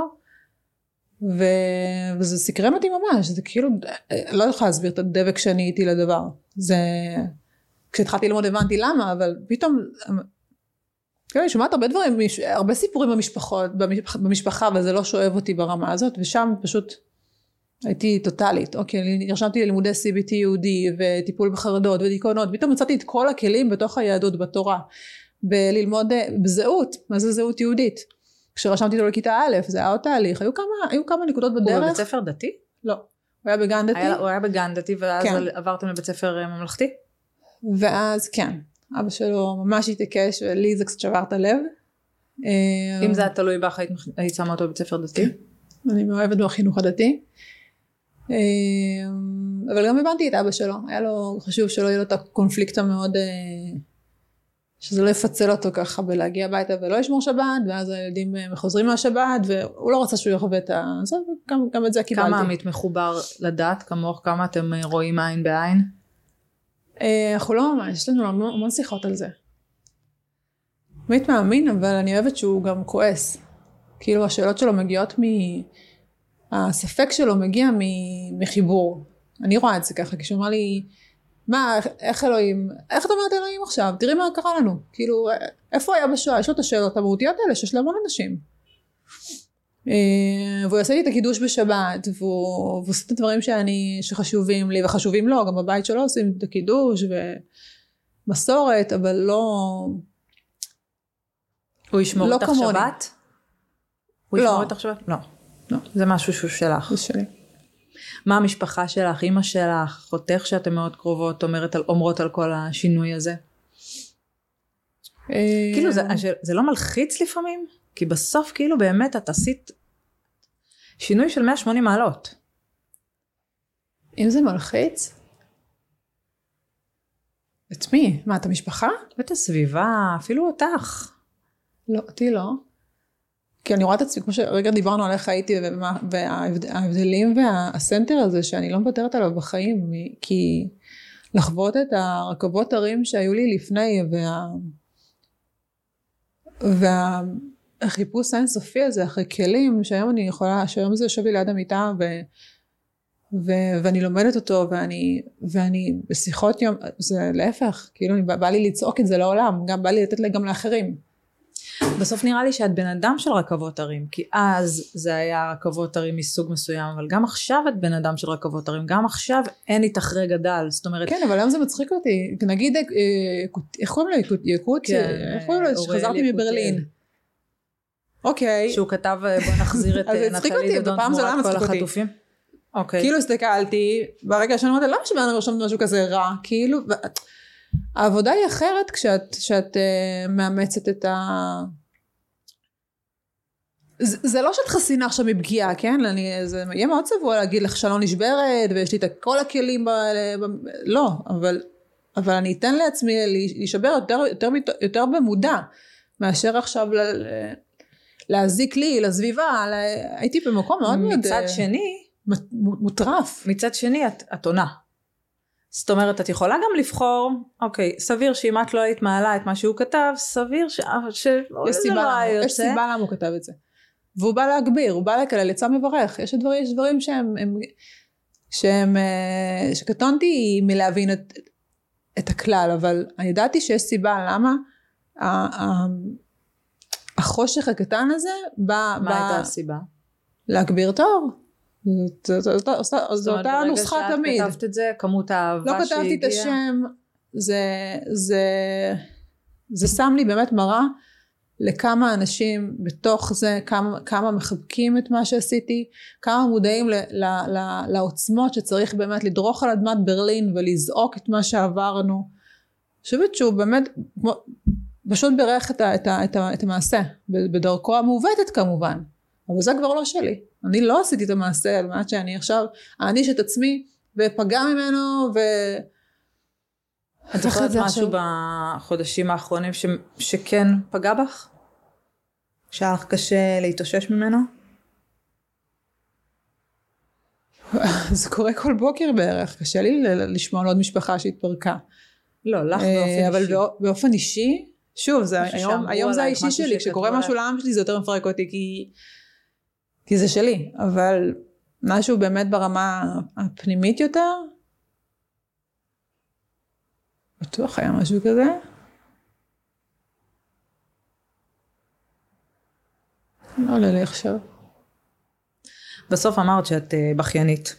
וזה סקרן אותי ממש, זה כאילו, לא יכולה להסביר את הדבק שאני הייתי לדבר, זה, כשהתחלתי ללמוד הבנתי למה, אבל פתאום, אני שומעת הרבה דברים, הרבה סיפורים במשפחה, וזה לא שואב אותי ברמה הזאת, ושם פשוט הייתי טוטלית, אוקיי, אני נרשמתי ללימודי CBT יהודי, וטיפול בחרדות ודיכאונות, פתאום מצאתי את כל הכלים בתוך היהדות, בתורה, בללמוד בזהות, מה זה זהות יהודית? כשרשמתי אותו לכיתה א', זה היה עוד תהליך, היו כמה נקודות בדרך. הוא בבית ספר דתי? לא, הוא היה בגן דתי. הוא היה בגן דתי, ואז עברתם לבית ספר ממלכתי? ואז כן. אבא שלו ממש התעקש, ולי זה קצת שבר את הלב. אם זה היה תלוי בך, היית שמה אותו בבית ספר דתי? אני מאוהבת בחינוך הדתי. אבל גם הבנתי את אבא שלו. היה לו חשוב שלא יהיה לו את הקונפליקט המאוד, שזה לא יפצל אותו ככה בלהגיע הביתה ולא ישמור שבת, ואז הילדים מחוזרים מהשבת, והוא לא רצה שהוא יחווה את זה, גם את זה קיבלתי. כמה עמית מחובר לדעת, כמוך, כמה אתם רואים עין בעין? אנחנו לא ממש, יש לנו המון שיחות על זה. עמית מאמין, אבל אני אוהבת שהוא גם כועס. כאילו השאלות שלו מגיעות הספק שלו מגיע מחיבור. אני רואה את זה ככה, כשהוא אמר לי, מה, איך אלוהים, איך את אומרת אלוהים עכשיו? תראי מה קרה לנו. כאילו, איפה היה בשואה? יש לו את השאלות המהותיות האלה שיש להמון אנשים. והוא יעשה לי את הקידוש בשבת, והוא עושה את הדברים שחשובים לי, וחשובים לו, גם בבית שלו עושים את הקידוש, ומסורת, אבל לא... הוא ישמור אותך שבת? הוא ישמור אותך שבת? לא. לא. זה משהו שהוא שלך. זה שלי. מה המשפחה שלך, אמא שלך, אחותך שאתם מאוד קרובות, אומרות על כל השינוי הזה? כאילו זה לא מלחיץ לפעמים? כי בסוף כאילו באמת את עשית שינוי של 180 מעלות. אם זה מלחיץ? את מי? מה, את המשפחה? את הסביבה, אפילו אותך. לא, אותי לא. כי אני רואה את עצמי, כמו שרגע דיברנו על איך הייתי, וההבדלים והסנטר הזה, שאני לא מוותרת עליו בחיים, כי לחוות את הרכבות הרים שהיו לי לפני, והחיפוש האינסופי הזה, אחרי כלים, שהיום אני יכולה, שהיום זה יושב לי ליד המיטה, ואני לומדת אותו, ואני בשיחות יום, זה להפך, כאילו בא לי לצעוק את זה לעולם, גם בא לי לתת גם לאחרים. בסוף נראה לי שאת בן אדם של רכבות הרים, כי אז זה היה רכבות הרים מסוג מסוים, אבל גם עכשיו את בן אדם של רכבות הרים, גם עכשיו אין איתך רגע דל, זאת אומרת... כן, אבל היום זה מצחיק אותי, נגיד, איך קוראים לו יקוט? איך קוראים לו? שחזרתי מברלין. אוקיי. שהוא כתב, בוא נחזיר את נטלי דדון תמורת כל החטופים. אוקיי. כאילו הסתכלתי, ברגע שאני אומרת, למה שבאנו לרשום משהו כזה רע? כאילו... העבודה היא אחרת כשאת מאמצת את ה... זה לא שאת חסינה עכשיו מפגיעה, כן? זה יהיה מאוד צבוע להגיד לך שלא נשברת, ויש לי את כל הכלים לא, אבל אני אתן לעצמי להישבר יותר במודע, מאשר עכשיו להזיק לי, לסביבה, הייתי במקום מאוד מאוד... מצד שני... מוטרף. מצד שני, את עונה. זאת אומרת, את יכולה גם לבחור, אוקיי, סביר שאם את לא היית מעלה את מה שהוא כתב, סביר יש סיבה למה הוא כתב את זה. והוא בא להגביר, הוא בא לקלל, יצא מברך. יש דברים שקטונתי מלהבין את הכלל, אבל אני ידעתי שיש סיבה למה החושך הקטן הזה בא... מה הייתה הסיבה? להגביר תור. זו אותה נוסחה תמיד. כתבת את זה, כמות האהבה שהגיעה. לא כתבתי את השם, זה שם לי באמת מראה לכמה אנשים בתוך זה, כמה מחבקים את מה שעשיתי, כמה מודעים לעוצמות שצריך באמת לדרוך על אדמת ברלין ולזעוק את מה שעברנו. אני חושבת שהוא באמת פשוט בירך את המעשה, בדרכו המעוותת כמובן, אבל זה כבר לא שלי. אני לא עשיתי את המעשה על מנת שאני עכשיו אעניש את עצמי ופגע ממנו את זוכרת משהו בחודשים האחרונים שכן פגע בך? שהיה לך קשה להתאושש ממנו? זה קורה כל בוקר בערך, קשה לי לשמוע על עוד משפחה שהתפרקה. לא, לך באופן אישי. אבל באופן אישי, שוב, היום זה האישי שלי, כשקורה משהו לעם שלי זה יותר מפרק אותי כי זה שלי, אבל משהו באמת ברמה הפנימית יותר, בטוח היה משהו כזה. לא עולה לי עכשיו. בסוף אמרת שאת בכיינית.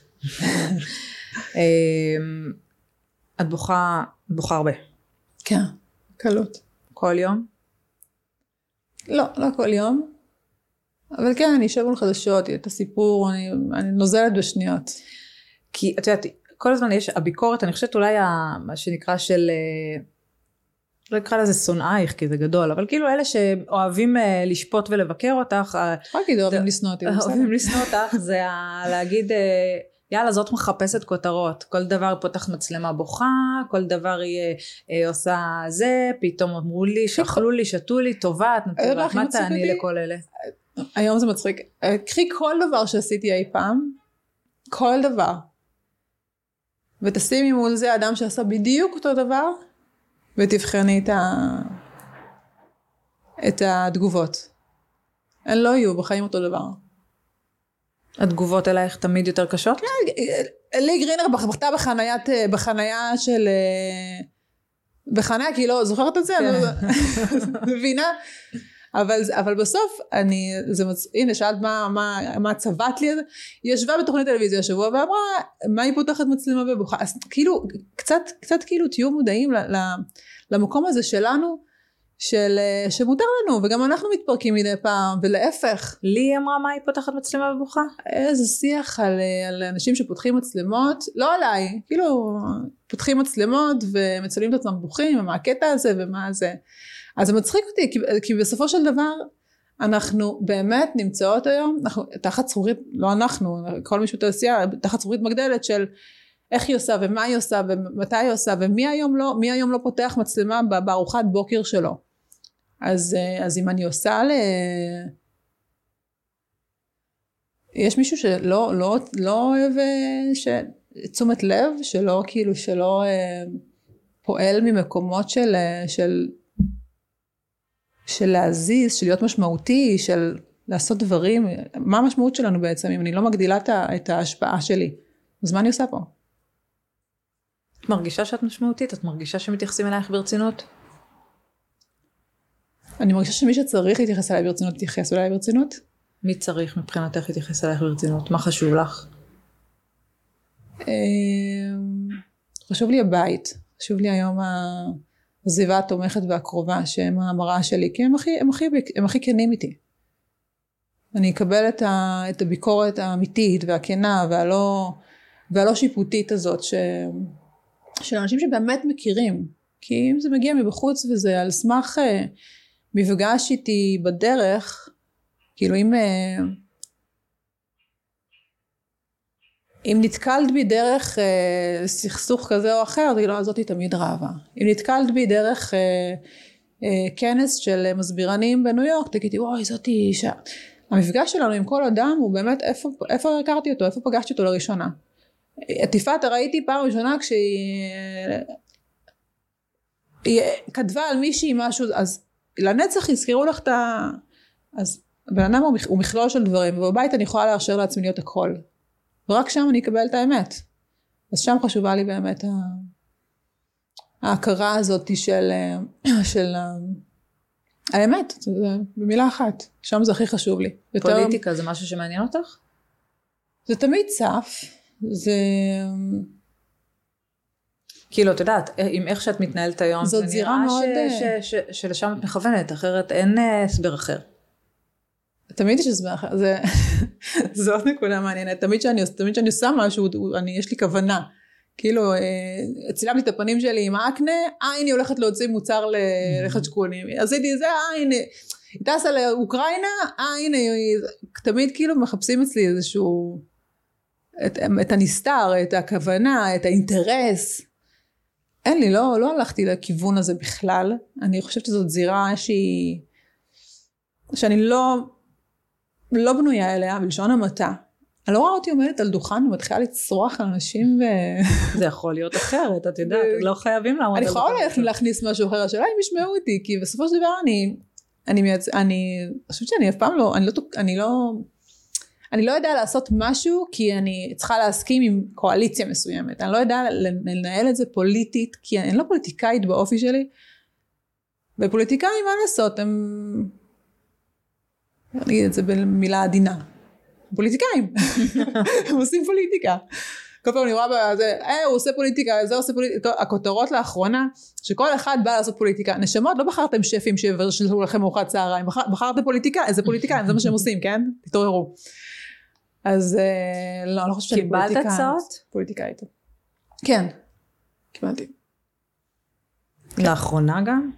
את בוכה הרבה. כן, קלות. כל יום? לא כל יום. אבל כן, אני אשב מול חדשות, את הסיפור, אני נוזלת בשניות. כי את יודעת, כל הזמן יש הביקורת, אני חושבת אולי מה שנקרא של, לא נקרא לזה שונאייך, כי זה גדול, אבל כאילו אלה שאוהבים לשפוט ולבקר אותך, להגיד אוהבים לשנוא אותי, אוהבים לשנוא אותך, זה להגיד, יאללה, זאת מחפשת כותרות, כל דבר פותח מצלמה בוכה, כל דבר היא עושה זה, פתאום אמרו לי, שאכלו לי, שתו לי, טובה, מה תעני לכל אלה? היום זה מצחיק, קחי כל דבר שעשיתי אי פעם, כל דבר, ותשימי מול זה אדם שעשה בדיוק אותו דבר, ותבחני את התגובות. הן לא יהיו בחיים אותו דבר. התגובות אלייך תמיד יותר קשות? לי גרינר בכתה בחנייה של... בחניה, כי לא זוכרת את זה? מבינה? אבל בסוף, הנה, שאלת מה צבט לי, היא ישבה בתוכנית טלוויזיה השבוע, ואמרה, מה היא פותחת מצלמה ובוכה? אז כאילו, קצת כאילו תהיו מודעים למקום הזה שלנו, שמותר לנו, וגם אנחנו מתפרקים מדי פעם, ולהפך. לי אמרה מה היא פותחת מצלמה ובוכה? איזה שיח על אנשים שפותחים מצלמות, לא עליי, כאילו פותחים מצלמות ומצלמים את עצמם בוכים, ומה הקטע הזה ומה זה. אז זה מצחיק אותי, כי בסופו של דבר, אנחנו באמת נמצאות היום, תחת זכורית, לא אנחנו, כל מישהו תעשייה, תחת זכורית מגדלת של איך היא עושה ומה היא עושה ומתי היא עושה, ומי היום לא פותח מצלמה בארוחת בוקר שלו. אז אם אני עושה יש מישהו שלא אוהב תשומת לב, שלא כאילו שלא פועל ממקומות של להזיז, של להיות משמעותי, של לעשות דברים, מה המשמעות שלנו בעצם אם אני לא מגדילה את ההשפעה שלי? אז מה אני עושה פה? את מרגישה שאת משמעותית? את מרגישה שמתייחסים אלייך ברצינות? אני מרגישה שמי שצריך להתייחס אליי ברצינות, יתייחס אליי ברצינות. מי צריך מבחינתך להתייחס אלייך ברצינות? מה חשוב לך? חשוב לי הבית. חשוב לי היום הסביבה התומכת והקרובה, שהם המראה שלי, כי הם הכי כנים איתי. אני אקבל את הביקורת האמיתית והכנה והלא שיפוטית הזאת, של אנשים שבאמת מכירים. כי אם זה מגיע מבחוץ וזה על סמך מפגש איתי בדרך, כאילו אם נתקלת בי דרך סכסוך כזה או אחר, אז זאתי תמיד רעבה. אם נתקלת בי דרך כנס של מסבירנים בניו יורק, תגידי וואי זאתי אישה. המפגש שלנו עם כל אדם הוא באמת איפה הכרתי אותו, איפה פגשתי אותו לראשונה. את יפעת ראיתי פעם ראשונה כשהיא כתבה על מישהי משהו, אז לנצח יזכרו לך אז בן אדם הוא מכלול של דברים, ובבית אני יכולה לאשר לעצמי להיות הכל, ורק שם אני אקבל את האמת. אז שם חשובה לי באמת ההכרה הזאת של האמת, במילה אחת, שם זה הכי חשוב לי. פוליטיקה זה משהו שמעניין אותך? זה תמיד צף, זה כאילו, את יודעת, עם איך שאת מתנהלת היום, זאת זירה מאוד שלשם את מכוונת, אחרת אין הסבר אחר. תמיד יש הסבר אחר, זאת נקודה מעניינת, תמיד שאני עושה משהו, יש לי כוונה, כאילו, צילמתי את הפנים שלי עם האקנה, הנה הולכת להוציא מוצר לחדשקונים, עשיתי זה, הנה, היא טסה לאוקראינה, הנה, תמיד כאילו מחפשים אצלי איזשהו, את הנסתר, את הכוונה, את האינטרס, אין לי, לא הלכתי לכיוון הזה בכלל, אני חושבת שזאת זירה שאני לא בנויה אליה, בלשון המעטה. אני לא רואה אותי עומדת על דוכן ומתחילה לצרוח על אנשים זה יכול להיות אחרת, את יודעת, לא חייבים לעמוד על דוכן. אני יכולה להכניס משהו אחר, השאלה אם ישמעו אותי, כי בסופו של דבר אני חושבת שאני אף פעם אני לא יודע לעשות משהו, כי אני צריכה להסכים עם קואליציה מסוימת. אני לא יודע לנהל את זה פוליטית, כי אני לא פוליטיקאית באופי שלי. ופוליטיקאים, מה לעשות? אני אגיד את זה במילה עדינה. פוליטיקאים. הם עושים פוליטיקה. כל פעם אני רואה בזה, הוא עושה פוליטיקה, זה עושה פוליטיקה. הכותרות לאחרונה, שכל אחד בא לעשות פוליטיקה. נשמות, לא בחרתם שפים שיבשלו לכם ארוחת צהריים, בחרתם פוליטיקה, איזה פוליטיקאים, זה מה שהם עושים, כן? תתעוררו. אז לא חושבת שאני פוליטיקה. קיבלת הצעות? פוליטיקאית. כן, קיבלתי. לאחרונה גם?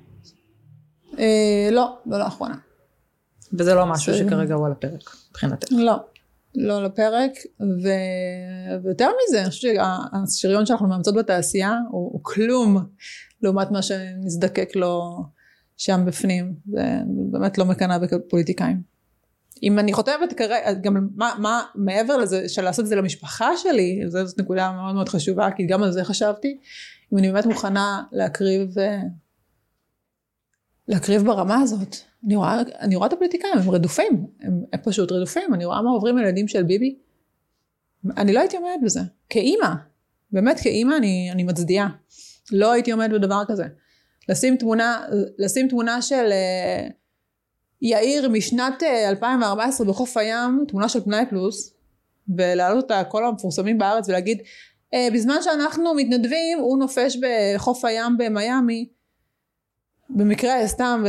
לא לאחרונה. וזה לא משהו שכרגע הוא על הפרק, מבחינתך? לא לפרק, ויותר מזה, אני חושבת שהשריון שאנחנו מאמצות בתעשייה, הוא כלום, לעומת מה שנזדקק לו שם בפנים, זה באמת לא מקנה בפוליטיקאים. אם אני חותמת גם מה מעבר לזה, של לעשות את זה למשפחה שלי, זאת נקודה מאוד מאוד חשובה, כי גם על זה חשבתי, אם אני באמת מוכנה להקריב ברמה הזאת, אני רואה את הפוליטיקאים, הם רדופים, הם פשוט רדופים, אני רואה מה עוברים ילדים של ביבי, אני לא הייתי עומדת בזה, כאימא, באמת כאימא אני מצדיעה, לא הייתי עומדת בדבר כזה, לשים תמונה של יאיר משנת 2014 בחוף הים, תמונה של פנאי פלוס, ולהעלות אותה כל המפורסמים בארץ ולהגיד, בזמן שאנחנו מתנדבים, הוא נופש בחוף הים במיימי, במקרה סתם,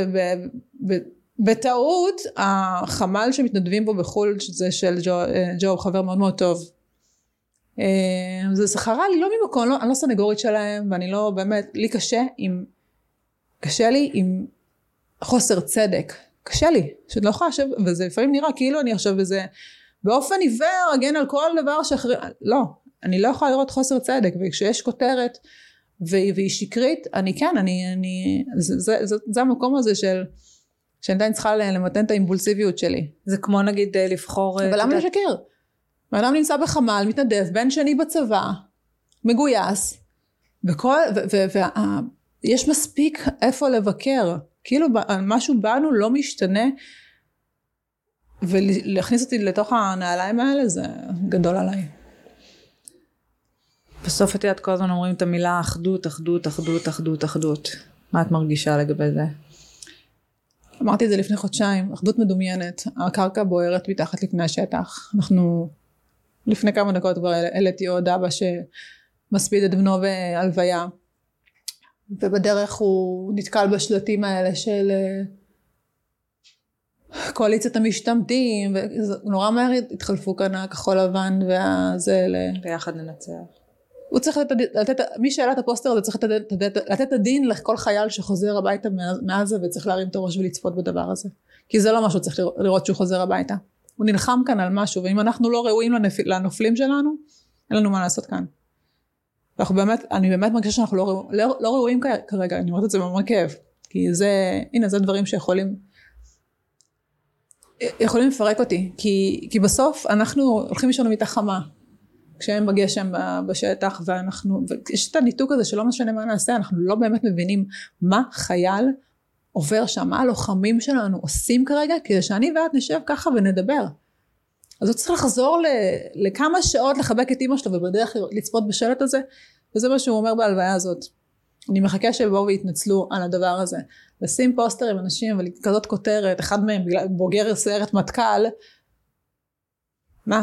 בטעות, החמ"ל שמתנדבים בו בחול, שזה של ג'ו, חבר מאוד מאוד טוב, זה זכרה לי לא ממקום, אני לא סנגורית שלהם, ואני לא באמת, לי קשה לי עם חוסר צדק, קשה לי, שאת לא יכולה לשבת, וזה לפעמים נראה כאילו אני עכשיו בזה, באופן עיוור, אגן על כל דבר שאחרי, לא, אני לא יכולה לראות חוסר צדק, וכשיש כותרת, והיא שקרית, זה המקום הזה שאני עדיין צריכה למתן את האימפולסיביות שלי. זה כמו נגיד לבחור... אבל למה לשקר? ואדם נמצא בחמ"ל, מתנדב, בן שני בצבא, מגויס, ויש מספיק איפה לבקר, כאילו משהו בנו לא משתנה, ולהכניס אותי לתוך הנעליים האלה, זה גדול עליי. בסוף את יודעת כל הזמן אומרים את המילה אחדות, אחדות, אחדות, אחדות, אחדות. מה את מרגישה לגבי זה? אמרתי את זה לפני חודשיים, אחדות מדומיינת, הקרקע בוערת מתחת לפני השטח. אנחנו לפני כמה דקות כבר העליתי עוד אבא שמספיד את בנו בהלוויה, ובדרך הוא נתקל בשלטים האלה של קואליציית המשתמטים, ונורא מהר התחלפו כאן הכחול לבן והזה ביחד ננצח. הוא צריך לתת, מי שאלה את הפוסטר הזה צריך לתת את הדין לכל חייל שחוזר הביתה מעזה, וצריך להרים את הראש ולצפות בדבר הזה, כי זה לא משהו צריך לראות שהוא חוזר הביתה, הוא נלחם כאן על משהו, ואם אנחנו לא ראויים לנופלים שלנו, אין לנו מה לעשות כאן. אני באמת מרגישה שאנחנו לא ראויים כרגע, אני אומרת את זה ממש כאב, כי זה, הנה זה דברים שיכולים לפרק אותי, כי בסוף אנחנו הולכים לישון מיטה חמה, כשהם בגשם בשטח, ויש את הניתוק הזה שלא משנה מה נעשה, אנחנו לא באמת מבינים מה חייל עובר שם, מה הלוחמים שלנו עושים כרגע, כדי שאני ואת נשב ככה ונדבר. אז הוא צריך לחזור לכמה שעות לחבק את אמא שלו, ובדרך לצפות בשלט הזה, וזה מה שהוא אומר בהלוויה הזאת. אני מחכה שבואו והתנצלו על הדבר הזה. לשים פוסטר עם אנשים, וכזאת כותרת, אחד מהם בוגר סיירת מטכ"ל, מה?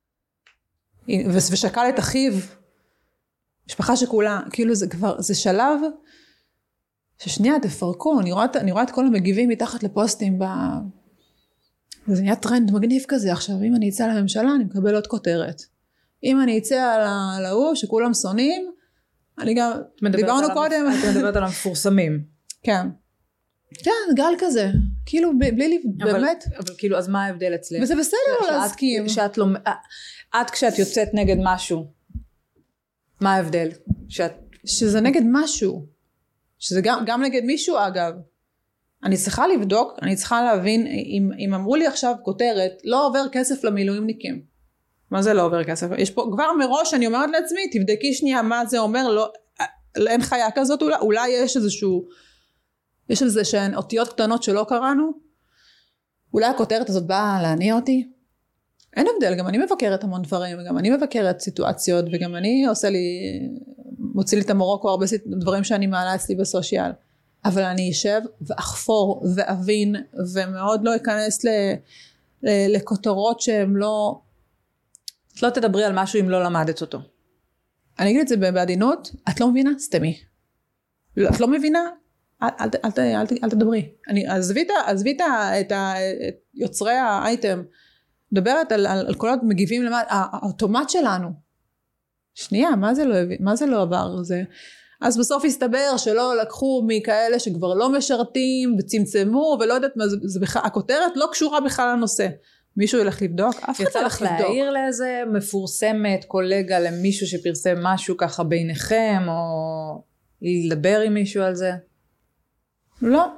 ושקל את אחיו, משפחה שכולה, כאילו זה כבר, זה שלב, ששנייה תפרקו, אני רואה את כל המגיבים מתחת לפוסטים, זה נהיה טרנד מגניב כזה, עכשיו אם אני אצא לממשלה אני מקבל עוד כותרת, אם אני אצא על ההוא שכולם שונאים, אני גם, דיברנו קודם, את מדברת על המפורסמים. כן, גל כזה, כאילו בלי באמת. אבל כאילו אז מה ההבדל אצלך? וזה בסדר להסכים. את כשאת יוצאת נגד משהו, מה ההבדל? שזה נגד משהו, שזה גם נגד מישהו אגב. אני צריכה לבדוק, אני צריכה להבין, אם אמרו לי עכשיו כותרת, לא עובר כסף למילואימניקים. מה זה לא עובר כסף? יש פה, כבר מראש אני אומרת לעצמי, תבדקי שנייה מה זה אומר, לא, אין חיה כזאת, אולי יש יש איזה שהן אותיות קטנות שלא קראנו, אולי הכותרת הזאת באה להניע אותי, אין הבדל, גם אני מבקרת המון דברים, וגם אני מבקרת סיטואציות, וגם אני מוציא לי את המורוקו, הרבה דברים שאני מעלה אצלי בסושיאל, אבל אני אשב ואחפור ואבין, ומאוד לא אכנס לכותרות שהן לא... את לא תדברי על משהו אם לא למדת אותו. אני אגיד את זה בעדינות, את לא מבינה? סתמי. את לא מבינה? אל תדברי. עזבי את יוצרי האייטם, מדברת על כל המגיבים למעלה, האוטומט שלנו. שנייה, מה זה לא עבר? אז בסוף הסתבר שלא לקחו מכאלה שכבר לא משרתים וצמצמו ולא יודעת מה זה בכלל, הכותרת לא קשורה בכלל לנושא. מישהו ילך לבדוק? אף אחד יצא לך להעיר לאיזה מפורסמת, קולגה למישהו שפרסם משהו ככה ביניכם, או לדבר עם מישהו על זה? לא.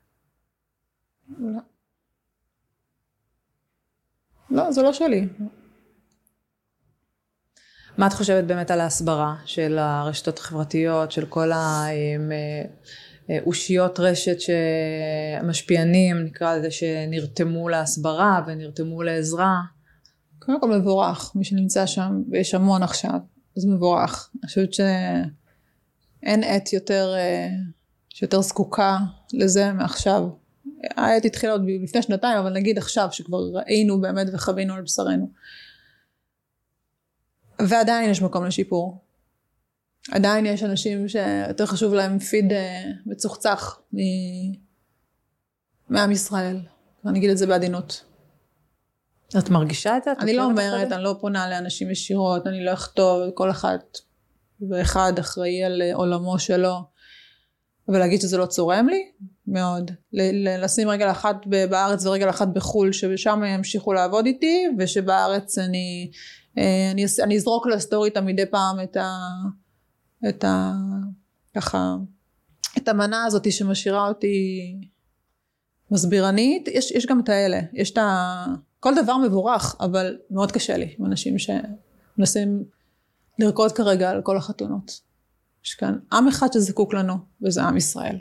לא, זה לא שלי. מה את חושבת באמת על ההסברה של הרשתות החברתיות, של כל האושיות רשת שמשפיענים, נקרא לזה, שנרתמו להסברה ונרתמו לעזרה? קודם כל מבורך, מי שנמצא שם, ויש המון עכשיו, אז מבורך. אני חושבת שאין עת יותר זקוקה לזה מעכשיו. העת התחילה עוד לפני שנתיים, אבל נגיד עכשיו שכבר ראינו באמת וחווינו על בשרנו. ועדיין יש מקום לשיפור. עדיין יש אנשים שיותר חשוב להם פיד מצוחצח מעם ישראל. אני אגיד את זה בעדינות. את מרגישה את זה? אני לא אומרת, אני לא פונה לאנשים ישירות, אני לא אכתוב, כל אחת ואחד אחראי על עולמו שלו, ולהגיד שזה לא צורם לי, מאוד. לשים רגל אחת בארץ ורגל אחת בחול, ששם ימשיכו לעבוד איתי, ושבארץ אני אזרוק לסטורי מדי פעם את המנה הזאת שמשאירה אותי מסבירנית. יש גם את האלה, כל דבר מבורך, אבל מאוד קשה לי עם אנשים שמנסים לרקוד כרגע על כל החתונות. יש כאן עם אחד שזקוק לנו, וזה עם ישראל.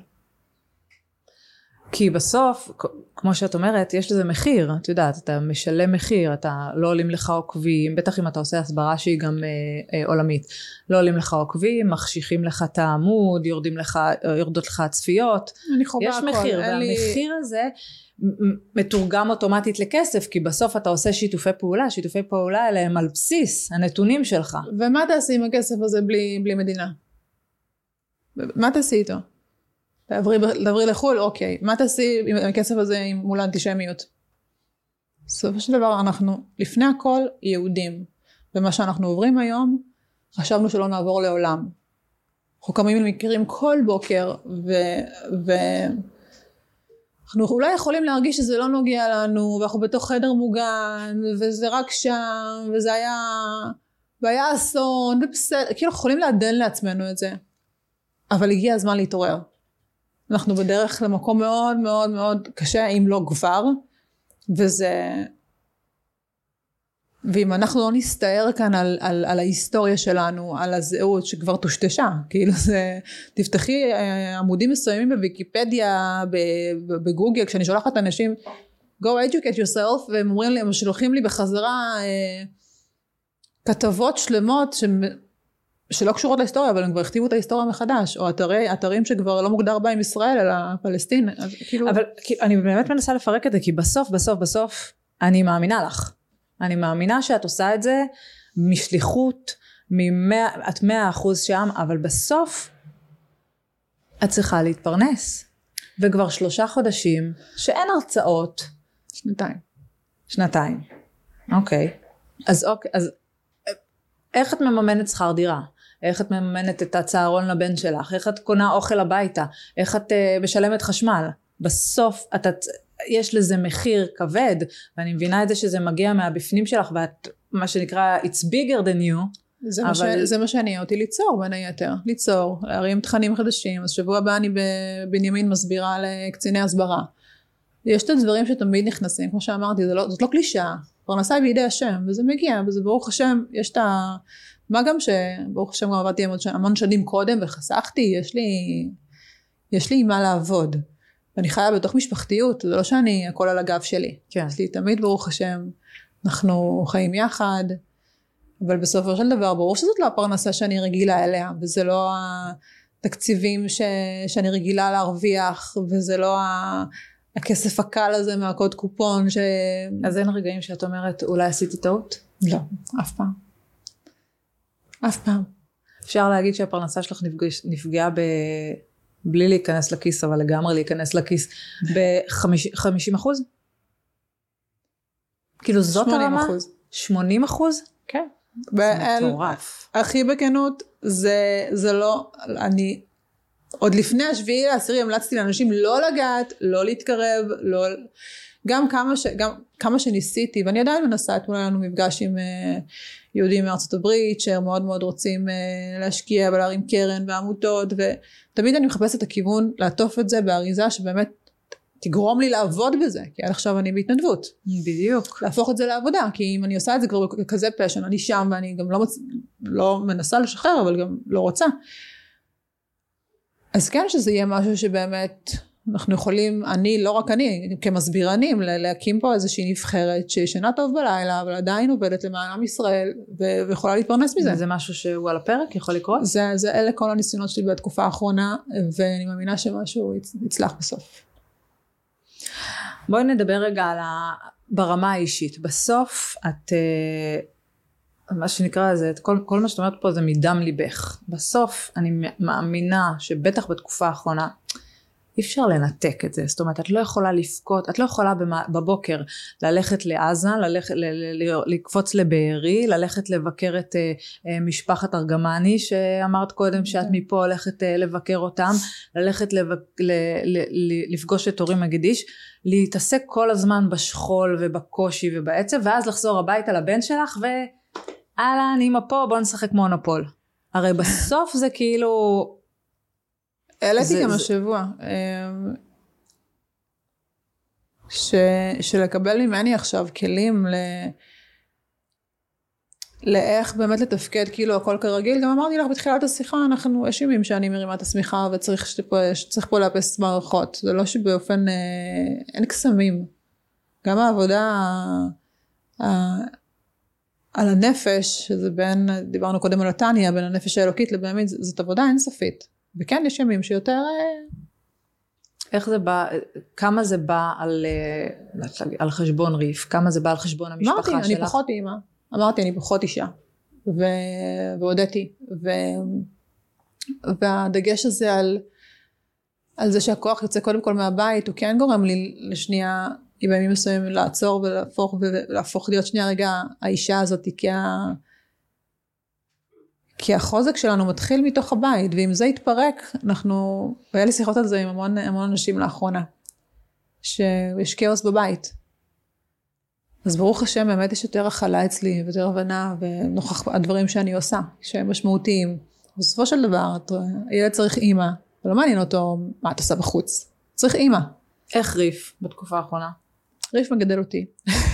כי בסוף, כמו שאת אומרת, יש לזה מחיר, את יודעת, אתה משלם מחיר, אתה לא עולים לך עוקבים, בטח אם אתה עושה הסברה שהיא גם עולמית, לא עולים לך עוקבים, מחשיכים לך את העמוד, יורדות לך הצפיות, יש מחיר, והמחיר הזה מתורגם אוטומטית לכסף, כי בסוף אתה עושה שיתופי פעולה האלה הם על בסיס הנתונים שלך. ומה תעשי עם הכסף הזה בלי מדינה? מה תעשי איתו? תעברי לחול, אוקיי. מה תעשי עם הכסף הזה מול האנטישמיות? בסופו של דבר אנחנו לפני הכל יהודים, ומה שאנחנו עוברים היום חשבנו שלא נעבור לעולם. אנחנו קמים ומכירים כל בוקר אנחנו אולי יכולים להרגיש שזה לא נוגע לנו, ואנחנו בתוך חדר מוגן, וזה רק שם, וזה היה אסון, ובסדר, כאילו אנחנו יכולים לעדן לעצמנו את זה. אבל הגיע הזמן להתעורר. אנחנו בדרך למקום מאוד מאוד מאוד קשה, אם לא כבר, ואם אנחנו לא נסתער כאן על ההיסטוריה שלנו, על הזהות שכבר תושתשה, כאילו תפתחי עמודים מסוימים בוויקיפדיה, בגוגל, כשאני שולחת אנשים, go educate yourself, והם אומרים לי, הם שולחים לי בחזרה כתבות שלמות, שלא קשורות להיסטוריה, אבל הם כבר הכתיבו את ההיסטוריה מחדש, או אתרים שכבר לא מוגדר בהם ישראל, אלא פלסטין, אז כאילו... אבל אני באמת מנסה לפרק את זה, כי בסוף, אני מאמינה לך. אני מאמינה שאת עושה את זה משליחות, את 100% שם, אבל בסוף את צריכה להתפרנס. וכבר 3 חודשים שאין הרצאות. 2 אוקיי. אז איך את מממנת שכר דירה? איך את מממנת את הצהרון לבן שלך? איך את קונה אוכל הביתה? איך את משלמת חשמל? בסוף יש לזה מחיר כבד, ואני מבינה את זה שזה מגיע מהבפנים שלך, ואת מה שנקרא it's bigger than you. זה מה שאני אותי ליצור בין היתר, להרים תכנים חדשים. אז שבוע הבא אני בבנימין מסבירה לקציני הסברה. יש את הדברים שתמיד נכנסים, כמו שאמרתי, זאת לא קלישה, פרנסה בידי השם, וזה מגיע, וזה ברוך השם, מה גם שברוך השם גם עבדתי המון שנים קודם, וחסכתי, יש לי מה לעבוד. ואני חיה בתוך משפחתיות, זה לא שאני הכל על הגב שלי. כן. יש לי תמיד ברוך השם, אנחנו חיים יחד, אבל בסופו של דבר, ברור שזאת לא הפרנסה שאני רגילה אליה, וזה לא התקציבים שאני רגילה להרוויח, וזה לא הכסף הקל הזה מהקוד קופון. אז אין רגעים שאת אומרת, אולי עשיתי טעות? לא, אף פעם. אפשר להגיד שהפרנסה שלך נפגעה בלי להיכנס לכיס, אבל לגמרי להיכנס לכיס, ב-50%? כאילו זאת הרמה? 80%? כן. זה מטורף. הכי בכנות, זה לא, אני, עוד לפני 7/10 המלצתי לאנשים לא לגעת, לא להתקרב, גם כמה שניסיתי, ואני עדיין מנסה, אתמול היה לנו מפגש עם יהודים מארצות הברית, שהם מאוד מאוד רוצים להשקיע ולהרים קרן ועמותות, ותמיד אני מחפשת את הכיוון לעטוף את זה באריזה שבאמת תגרום לי לעבוד בזה, כי עד עכשיו אני בהתנדבות. בדיוק. להפוך את זה לעבודה, כי אם אני עושה את זה כבר כזה פשן, אני שם ואני גם לא מנסה לשחרר, אבל גם לא רוצה. אז כן שזה יהיה משהו שבאמת אנחנו יכולים, לא רק אני, כמסבירנים, להקים פה איזושהי נבחרת שישנה טוב בלילה, אבל עדיין עובדת למען עם ישראל, ויכולה להתפרנס מזה. זה משהו שהוא על הפרק, יכול לקרות? אלה כל הניסיונות שלי בתקופה האחרונה, ואני מאמינה שמשהו יצלח בסוף. בואי נדבר רגע ברמה האישית. בסוף את, מה שנקרא זה, כל מה שאת אומרת פה זה מדם ליבך. בסוף אני מאמינה שבטח בתקופה האחרונה, אי אפשר לנתק את זה. זאת אומרת, את לא יכולה לפקות, את לא יכולה בבוקר ללכת לעזה, לקפוץ לבארי, ללכת לבקר את משפחת ארגמני, שאמרת קודם שאת מפה הולכת לבקר אותם, ללכת לפגוש את הורים מגידיש, להתעסק כל הזמן בשכול ובקושי ובעצב, ואז לחזור הביתה לבן שלך, והלאה, אני פה, בוא נשחק מונופול. הרי בסוף זה כאילו... העליתי גם השבוע, שלקבל ממני עכשיו כלים לאיך באמת לתפקד כאילו הכל כרגיל. גם אמרתי לך בתחילת השיחה, אנחנו יש ימים שאני מרימה את השמיכה וצריך פה לאפס מערכות. זה לא שבאופן, אין קסמים. גם העבודה על הנפש, שזה דיברנו קודם על הטניה, בין הנפש האלוקית לבאמית, זאת עבודה אינסופית. וכן, יש ימים שיותר... איך זה בא, כמה זה בא על חשבון ריף? כמה זה בא על חשבון המשפחה שלך? אמרתי, אני פחות אימא. אמרתי, אני פחות אישה. והודיתי. והדגש הזה על זה שהכוח יוצא קודם כל מהבית, הוא כן גורם לי לשנייה, בימים מסוימים לעצור ולהפוך להיות שנייה רגע, האישה הזאת, כי החוזק שלנו מתחיל מתוך הבית, ואם זה יתפרק, והיה לי שיחות על זה עם המון אנשים לאחרונה, שיש כאוס בבית. אז ברוך השם, באמת יש יותר הכלה אצלי, ויותר הבנה, ונוכח הדברים שאני עושה, שהם משמעותיים. בסופו של דבר, הילד צריך אימא, ולא מעניין אותו מה את עושה בחוץ. צריך אימא. איך ריף בתקופה האחרונה? ריף מגדל אותי.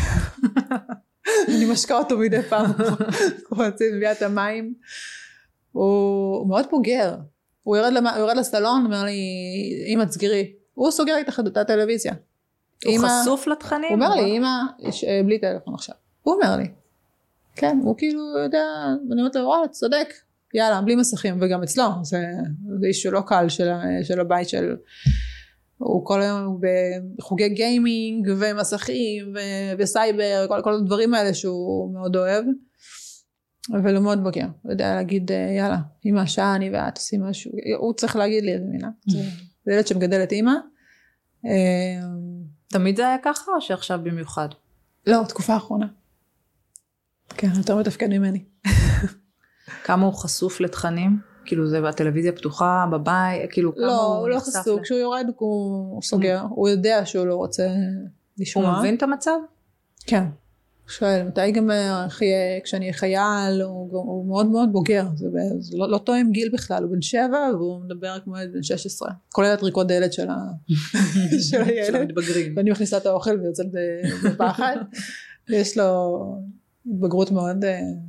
אני משקע אותו מדי פעם, הוא מביאה את המים, הוא מאוד בוגר, הוא יורד לסלון, אומר לי, אמא תסגרי, הוא סוגר לי את הטלוויזיה. הוא חשוף לתכנים? הוא אומר לי, אמא, בלי טלפון עכשיו, הוא אומר לי, כן, הוא כאילו יודע, אני אומרת לו, וואלה, צודק, יאללה, בלי מסכים, וגם אצלו, זה אישו לא קל של הבית של... הוא כל היום בחוגי גיימינג ומסכים וסייבר, כל הדברים האלה שהוא מאוד אוהב, אבל הוא מאוד בוגר, הוא יודע להגיד יאללה, אמא שעה אני ואת עושים משהו, הוא צריך להגיד לי איזה מילה, זה ילד שמגדל את אמא. תמיד זה היה ככה או שעכשיו במיוחד? לא, תקופה האחרונה. כן, יותר מתפקד ממני. כמה הוא חשוף לתכנים? כאילו זה בטלוויזיה פתוחה, בבית, כאילו כמה הוא לא חשוף, כשהוא יורד הוא סוגר, הוא יודע שהוא לא רוצה לשמוע. הוא מבין את המצב? כן, הוא שואל, מתי גם כשאני חייל, הוא מאוד מאוד בוגר, זה לא תואם גיל בכלל, הוא בן 7 והוא מדבר כמו בן 16, כולל הטריקות דלת של הילד, ואני מכניסה את האוכל ויוצאת בפחד, יש לו התבגרות מאוד...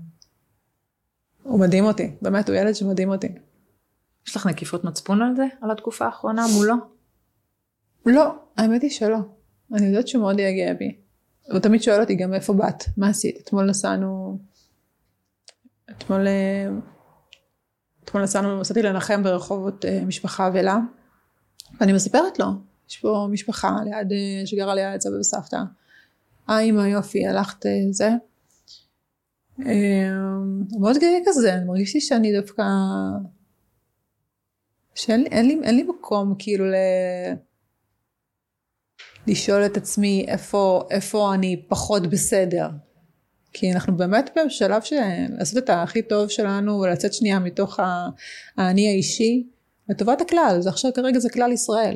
הוא מדהים אותי, באמת הוא ילד שמדהים אותי. יש לך נקיפות מצפון על זה? על התקופה האחרונה מולו? לא, האמת היא שלא. אני יודעת שהוא מאוד יגיע בי. הוא תמיד שואל אותי גם איפה באת, מה עשית? אתמול נסעתי לנחם ברחובות משפחה אבלה, ואני מספרת לו, יש פה משפחה שגרה ליד סבא וסבתא. אמא יופי, הלכת זה. הוא מאוד גאה כזה, אני מרגישתי שאני דווקא, שאין לי מקום כאילו לשאול את עצמי איפה אני פחות בסדר, כי אנחנו באמת בשלב של לעשות את הכי טוב שלנו ולצאת שנייה מתוך האני האישי לטובת הכלל. זה עכשיו כרגע זה כלל ישראל.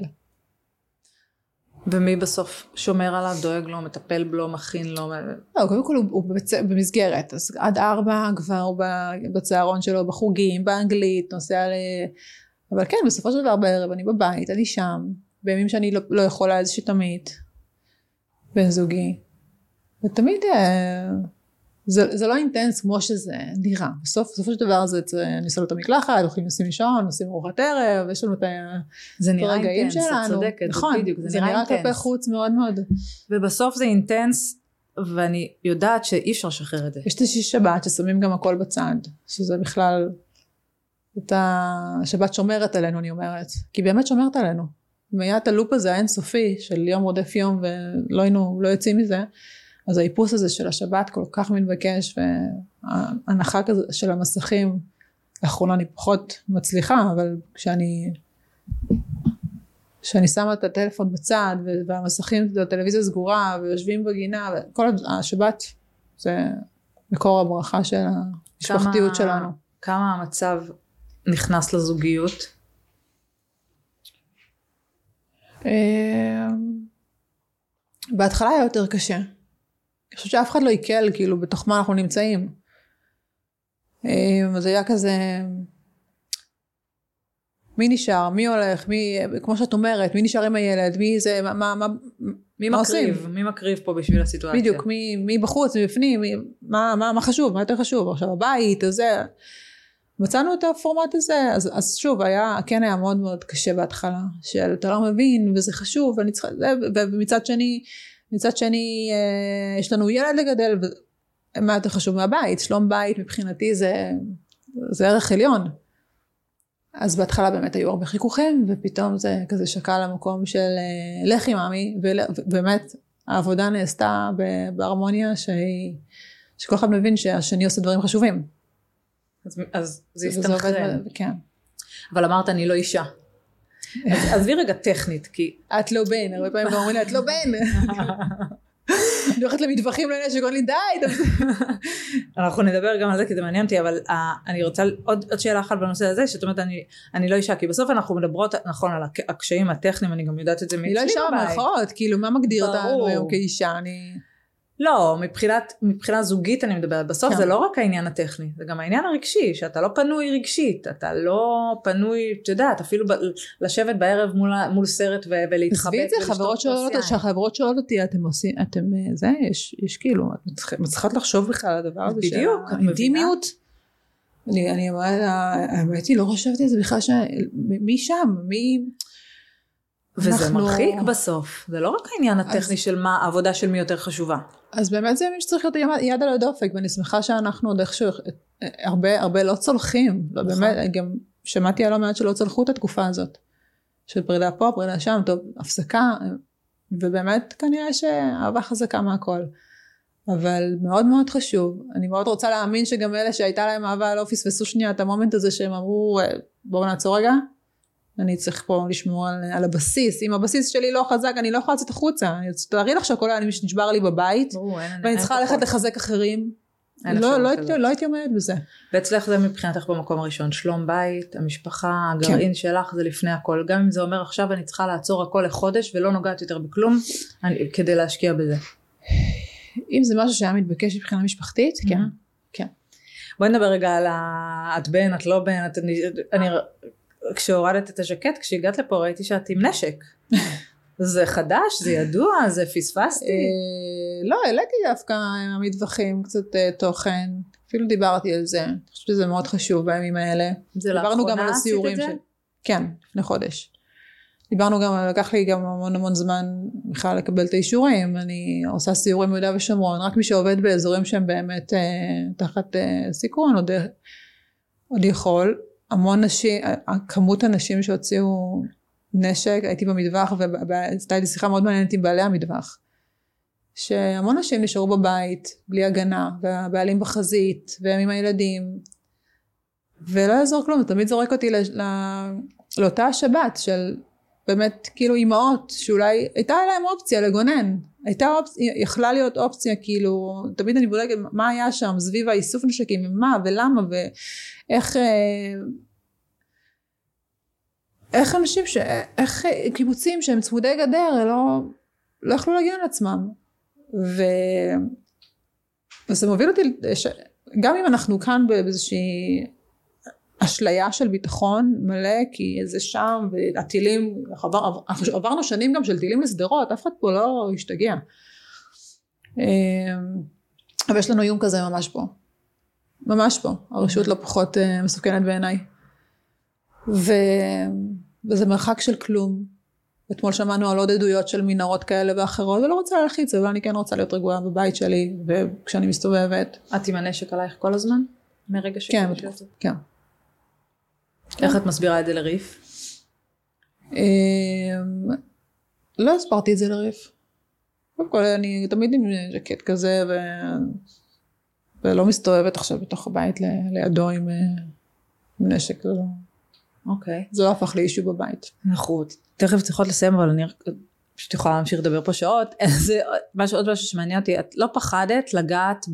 ומי בסוף שומר עליו, דואג לו, מטפל בו, מכין לו? לא, קודם כל הוא במסגרת, אז עד 4 כבר הוא בצהרון שלו, בחוגים, באנגלית, נוסע אבל כן, בסופו של דבר בערב אני בבית, אני שם, בימים שאני לא יכולה איזושהי תמית, בן זוגי, ותמיד זה לא אינטנס כמו שזה נראה. בסופו של דבר זה ניסה לו את המקלחת, הולכים לשים לישון, עושים ארוחת ערב, יש לנו את הרגעים שלנו. את צודקת, נכון, זה נראה כלפי חוץ מאוד מאוד. ובסוף זה אינטנס, ואני יודעת שאי אפשר לשחרר את זה. יש את שבת ששמים גם הכל בצד, שזה בכלל, את השבת שומרת עלינו אני אומרת, כי באמת שומרת עלינו. והיה את הלופ הזה האינסופי של יום רודף יום לא יוצאים מזה, אז האיפוס הזה של השבת כל כך מתבקש, וההנחה כזה של המסכים, לאחרונה אני פחות מצליחה, אבל כשאני שמה את הטלפון בצד, והמסכים, הטלוויזיה סגורה, ויושבים בגינה, וכל השבת זה מקור הברכה של המשפחתיות שלנו. כמה המצב נכנס לזוגיות? בהתחלה היה יותר קשה. אני חושבת שאף אחד לא יקל, כאילו, בתוך מה אנחנו נמצאים. אז היה כזה, מי נשאר, מי הולך, כמו שאת אומרת, מי נשאר עם הילד, מי מקריב? מי מקריב פה בשביל הסיטואציה? בדיוק, מי בחוץ, מי בפנים, מה חשוב, מה יותר חשוב, עכשיו הבית, הזה. מצאנו את הפורמט הזה, אז שוב, כן היה מאוד מאוד קשה בהתחלה, שאתה לא מבין, וזה חשוב, ומצד שני, יש לנו ילד לגדל, ומה יותר חשוב מהבית, שלום בית מבחינתי זה ערך עליון. אז בהתחלה באמת היו הרבה חיכוכים, ופתאום זה כזה שקע למקום של לכי מאמי, ובאמת העבודה נעשתה בהרמוניה, שכל אחד מבין שהשני עושה דברים חשובים. אז זה הסתנכרן. כן. אבל אמרת אני לא אישה. אז עזבי רגע טכנית, כי... את לא בן, הרבה פעמים גם אומרים לי, את לא בן. אני הולכת למטווחים לאלה שקוראים לי די. אנחנו נדבר גם על זה כי זה מעניין אותי, אבל אני רוצה עוד שאלה אחת בנושא הזה, שאת אומרת אני לא אישה, כי בסוף אנחנו מדברות נכון על הקשיים הטכניים, אני גם יודעת את זה מאצלי בבית. אני לא אישה במרכאות, כאילו מה מגדיר אותנו היום כאישה? לא, מבחינה זוגית אני מדברת, בסוף זה לא רק העניין הטכני, זה גם העניין הרגשי, שאתה לא פנוי רגשית, אתה לא פנוי, אתה יודעת, אפילו לשבת בערב מול סרט ולהתחבק. תסבי את זה, שהחברות שואלות אותי, אתם זה, יש כאילו, את מצליחת לחשוב בכלל על הדבר הזה, בדיוק, האינטימיות. אני האמת היא, לא חשבתי על זה בכלל, מי שם, מי... וזה מרחיק בסוף, זה לא רק העניין הטכני של מה העבודה של מי יותר חשובה. אז באמת זה מי שצריך להיות יד על הדופק, ואני שמחה שאנחנו עוד איכשהו, הרבה לא צולחים, באמת, גם שמעתי על לא מעט שלא צלחו את התקופה הזאת, של פרידה פה, פרידה שם, טוב, הפסקה, ובאמת כנראה שאהבה חזקה מהכל, אבל מאוד מאוד חשוב, אני מאוד רוצה להאמין שגם אלה שהייתה להם אהבה לא פספסו שנייה את המומנט הזה שהם אמרו, בואו נעצור רגע, אני צריך פה לשמור על הבסיס, אם הבסיס שלי לא חזק, אני לא יכולה לצאת החוצה, תארי לך שהכל היה נשבר לי בבית, ואני צריכה ללכת לחזק אחרים, לא הייתי אומרת בזה. ואצלך זה מבחינתך במקום הראשון, שלום בית, המשפחה, הגרעין שלך זה לפני הכל, גם אם זה אומר עכשיו אני צריכה לעצור הכל לחודש, ולא נוגעת יותר בכלום, כדי להשקיע בזה. אם זה משהו שהיה מתבקש מבחינה משפחתית, כן, כן. בואי נדבר רגע על את בן, את לא בן, אני... כשהורדת את הז'קט, כשהגעת לפה ראיתי שאת עם נשק. זה חדש, זה ידוע, זה פספסתי. לא, העליתי דווקא עם המטווחים, קצת תוכן, אפילו דיברתי על זה, אני חושבת שזה מאוד חשוב בימים האלה. זה לאחרונה עשית את זה? כן, לפני חודש. דיברנו גם, לקח לי גם המון זמן בכלל לקבל את האישורים, אני עושה סיורים ביהודה ושומרון, רק מי שעובד באזורים שהם באמת תחת סיכון, עוד יכול. המון נשים, כמות הנשים שהוציאו נשק, הייתי במטווח ועשתה לי שיחה מאוד מעניינת עם בעלי המטווח, שהמון נשים נשארו בבית בלי הגנה, והבעלים בחזית, והם עם הילדים, ולא יעזור כלום, תמיד זורק אותי לאותה השבת של באמת כאילו אימהות, שאולי הייתה להם אופציה לגונן, יכלה להיות אופציה, כאילו תמיד אני בודקת מה היה שם סביב האיסוף נשקים, ומה ולמה איך אנשים איך קיבוצים שהם צמודי גדר לא יכלו להגן על עצמם, וזה מוביל אותי גם אם אנחנו כאן באיזושהי אשליה של ביטחון מלא, כי זה שם והטילים, עברנו שנים גם של טילים לסדרות, אף אחד פה לא השתגע, אבל יש לנו איום כזה ממש פה, הרשות לא פחות מסוכנת בעיניי, וזה מרחק של כלום. אתמול שמענו על עוד עדויות של מנהרות כאלה ואחרות, ולא רוצה להלחיץ, אבל אני כן רוצה להיות רגועה בבית שלי, וכשאני מסתובבת. את עם הנשק עלייך כל הזמן? מרגע שכן, כן. איך את מסבירה את זה לריף? לא הסברתי את זה לריף. קודם כל אני תמיד עם ז'קט כזה ולא מסתובבת עכשיו בתוך הבית לידו עם נשק. אוקיי. זה לא הפך לאישו בבית. אנחנו תכף צריכות לסיים, אבל אני פשוט יכולה להמשיך לדבר פה שעות. זה עוד משהו שמעניין אותי, את לא פחדת לגעת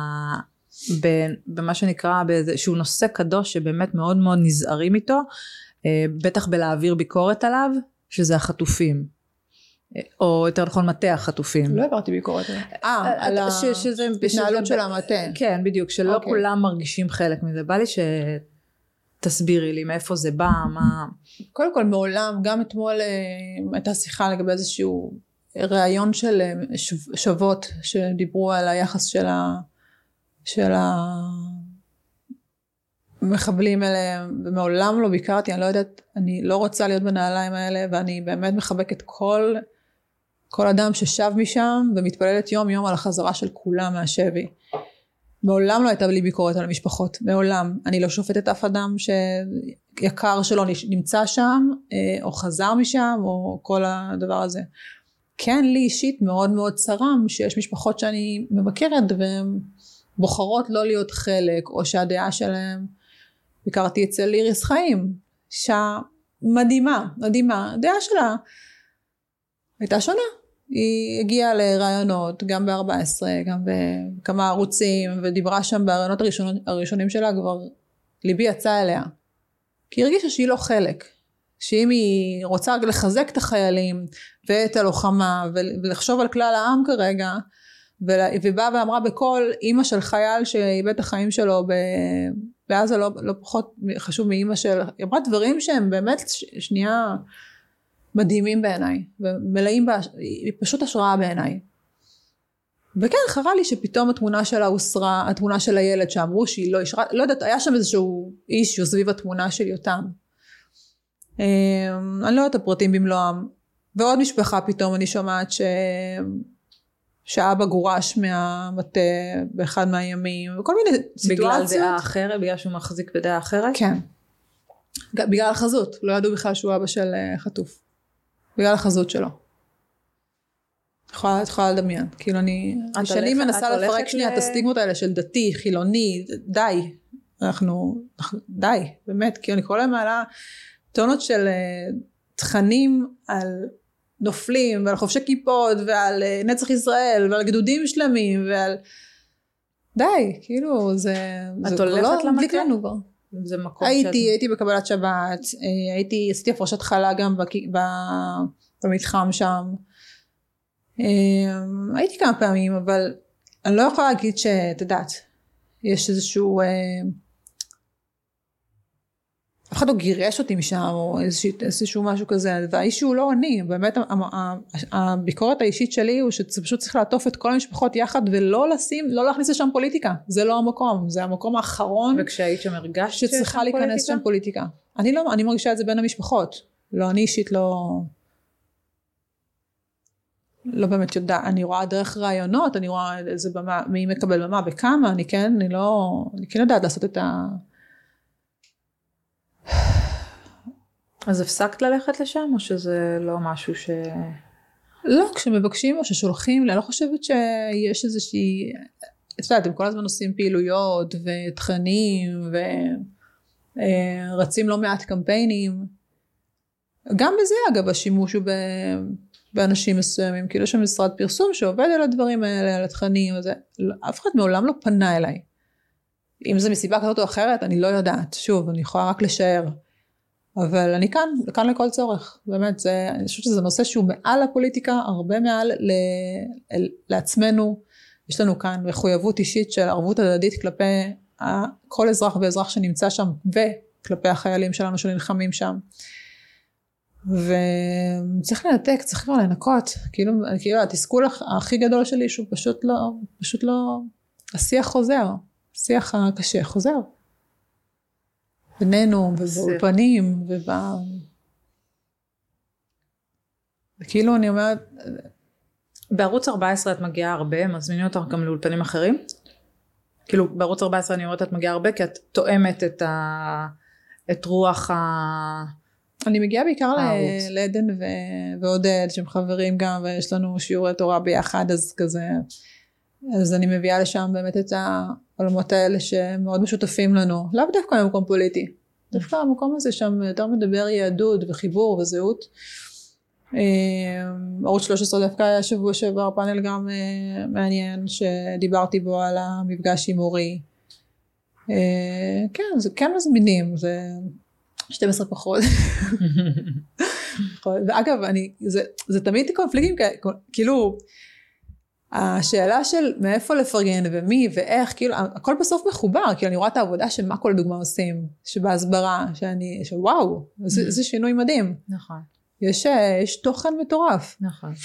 במה שנקרא באיזשהו נושא קדוש שבאמת מאוד מאוד נזהרים איתו, בטח בלהעביר ביקורת עליו, שזה החטופים. או יותר נכון מטה החטופים. לא העברתי ביקורת על ההתנהלות של המטה. כן, בדיוק, שלא כולם מרגישים חלק מזה. בא לי שתסבירי לי מאיפה זה בא, מה... קודם כל מעולם, גם אתמול הייתה שיחה לגבי איזשהו רעיון של שוות, שדיברו על היחס של המחבלים אליהם, ומעולם לא ביקרתי, אני לא יודעת, אני לא רוצה להיות בנעליים האלה, ואני באמת מחבקת כל אדם ששב משם, ומתפללת יום יום על החזרה של כולם מהשבי. מעולם לא הייתה לי ביקורת על המשפחות, מעולם. אני לא שופטת אף אדם שיקר שלו נמצא שם, או חזר משם, או כל הדבר הזה. כן, לי אישית מאוד מאוד צרם, שיש משפחות שאני מבקרת, והן בוחרות לא להיות חלק, או שהדעה שלהם, ביקרתי אצל איריס חיים, אישה מדהימה, הדעה שלה הייתה שונה. היא הגיעה לרעיונות, גם ב-14, גם בכמה ערוצים, ודיברה שם ברעיונות הראשונים שלה, כבר ליבי יצא אליה. כי היא הרגישה שהיא לא חלק. שאם היא רוצה לחזק את החיילים, ואת הלוחמה, ולחשוב על כלל העם כרגע, ובאה ואמרה בכל אימא של חייל שאיבד את החיים שלו בעזה, לא פחות חשוב מאימא של... היא אמרה דברים שהם באמת שנייה... מדהימים בעיניי, ומלאים היא פשוט השראה בעיניי. וכן, חרה לי שפתאום התמונה שלה הוסרה, התמונה של הילד שאמרו שהיא לא ישרה, לא יודעת, היה שם איזשהו אישיו סביב התמונה של יותם. אני לא יודעת הפרטים במלואם. ועוד משפחה פתאום אני שומעת שאבא גורש מהמטה באחד מהימים, וכל מיני סיטואציות. בגלל דעה אחרת, בגלל שהוא מחזיק בדעה אחרת? כן. בגלל החזות, לא ידעו בכלל שהוא אבא של חטוף. בגלל החזות שלו. את יכולה לדמיין. כאילו אני מנסה לפרק שנייה את הסטיגמות האלה של דתי, חילוני, די. די, באמת. כי אני כל היום מעלה טונות של תכנים על נופלים, ועל חובשי כיפות, ועל נצח ישראל, ועל גדודים שלמים, ועל... די, כאילו, זה... את הולכת למטה? זה מקום הייתי בקבלת שבת, עשיתי הפרשת חלה גם במתחם שם, הייתי כמה פעמים, אבל אני לא יכולה להגיד שתדעת, יש איזשהו, אף אחד לא גירש אותי משם, או איזשהו משהו כזה, והאיש הוא לא אני, באמת הביקורת האישית שלי, הוא שפשוט צריך לעטוף את כל המשפחות יחד, ולא להכניס לשם פוליטיקה, זה לא המקום, זה המקום האחרון, וכשהיית שם הרגשת שצריכה להיכנס שם פוליטיקה, אני מרגישה את זה בין המשפחות, לא, אני אישית לא באמת יודעת, אני רואה דרך רעיונות, אני רואה איזה במה, מי מקבל במה, בכמה, אני כן יודעת לעשות את ה... אז הפסקת ללכת לשם, או שזה לא משהו ש... לא, כשמבקשים או ששולחים, אני לא חושבת שיש איזושהי... את יודעת, הם כל הזמן עושים פעילויות ותכנים, ורצים לא מעט קמפיינים. גם בזה, אגב, השימוש הוא באנשים מסוימים, כאילו יש משרד פרסום שעובד על הדברים האלה, על התכנים, וזה. אף אחד מעולם לא פנה אליי. אם זה מסיבה כזאת או אחרת, אני לא יודעת. שוב, אני יכולה רק לשער. אבל אני כאן לכל צורך. באמת, אני חושבת שזה נושא שהוא מעל הפוליטיקה, הרבה מעל לעצמנו. יש לנו כאן מחויבות אישית של ערבות הדדית כלפי כל אזרח ואזרח שנמצא שם, וכלפי החיילים שלנו שנלחמים שם. וצריך לנתק, צריך כבר לנקות. כאילו התסכול הכי גדול שלי, שהוא פשוט לא, השיח חוזר. השיח הקשה חוזר. בינינו, ובאולפנים, וכאילו אני אומרת... בערוץ 14 את מגיעה הרבה, מזמינים אותך גם לאולפנים אחרים? כאילו בערוץ 14 אני אומרת את מגיעה הרבה, כי את תואמת את רוח אני מגיעה בעיקר לעדן ועודד, שהם חברים גם, ויש לנו שיעורי תורה ביחד, אז אני מביאה לשם באמת את העולמות האלה שמאוד משותפים לנו, לאו דווקא במקום פוליטי, דווקא המקום הזה שם יותר מדבר יהדות וחיבור וזהות. ערוץ 13 דווקא היה שבוע שעבר פאנל גם מעניין שדיברתי בו על המפגש עם אורי. כן, זה כן מזמינים, זה 12 פחות. ואגב, זה תמיד קונפליקטים, כאילו, השאלה של מאיפה לפרגן ומי ואיך, כאילו, הכל בסוף מחובר, כאילו אני רואה את העבודה של מה כל דוגמה עושים, שבהסברה, שוואו, זה שינוי מדהים. נכון. יש תוכן מטורף. נכון.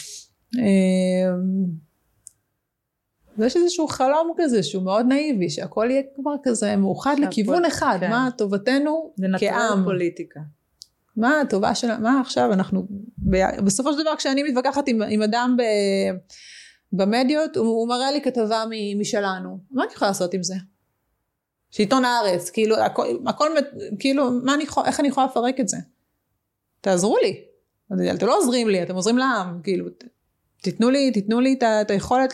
ויש איזשהו חלום כזה שהוא מאוד נאיבי, שהכל יהיה כבר כזה מאוחד לכיוון אחד, מה טובתנו כעם. זה נטרל פוליטיקה. מה הטובה שלנו, מה עכשיו אנחנו, בסופו של דבר כשאני מתווכחת עם אדם במדיות, הוא מראה לי כתבה משלנו, מה אני יכולה לעשות עם זה? שעיתון הארץ, כאילו, הכל, כאילו, איך אני יכולה לפרק את זה? תעזרו לי. אתם לא עוזרים לי, אתם עוזרים לעם, כאילו, תיתנו לי את היכולת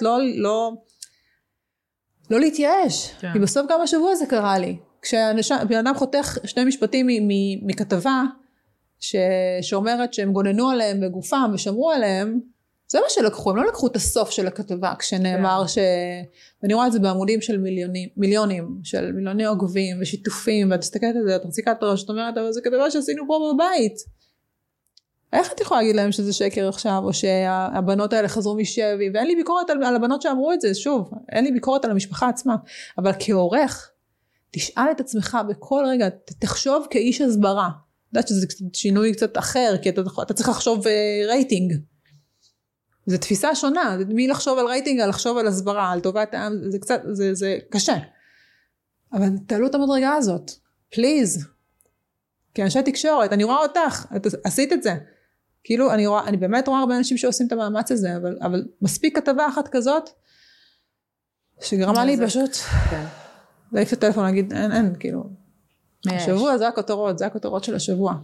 לא להתייאש. כי בסוף גם השבוע הזה קרה לי. כשבן אדם חותך שני משפטים מכתבה, שאומרת שהם גוננו עליהם בגופם ושמרו עליהם, זה מה שלקחו, הם לא לקחו את הסוף של הכתבה, כשנאמר ואני רואה את זה בעמודים של מיליונים, של מיליוני עוקבים ושיתופים, ואת תסתכלת על זה, את רציקת ראש, זאת אומרת, אבל זה כתבה שעשינו פה בבית. איך את יכולה להגיד להם שזה שקר עכשיו, או שהבנות האלה חזרו משבי, ואין לי ביקורת על הבנות שאמרו את זה, שוב, אין לי ביקורת על המשפחה עצמה, אבל כעורך, תשאל את עצמך בכל רגע, תחשוב כאיש הסברה, יודעת שזה שינוי קצת אחר, כי אתה צריך לחשוב רייטינג, זו תפיסה שונה, מי לחשוב על רייטינג, על לחשוב על הסברה, על טובת העם, זה קצת, זה קשה, אבל תעלו את המדרגה הזאת, פליז, כי אנשי תקשורת, אני רואה אותך, את עשית את זה, כאילו אני באמת רואה הרבה אנשים שעושים את המאמץ הזה, אבל מספיק כתבה אחת כזאת, שגרמה לי פשוט, להעיף את הטלפון להגיד, אין, כאילו, השבוע זה הכותרות של השבוע.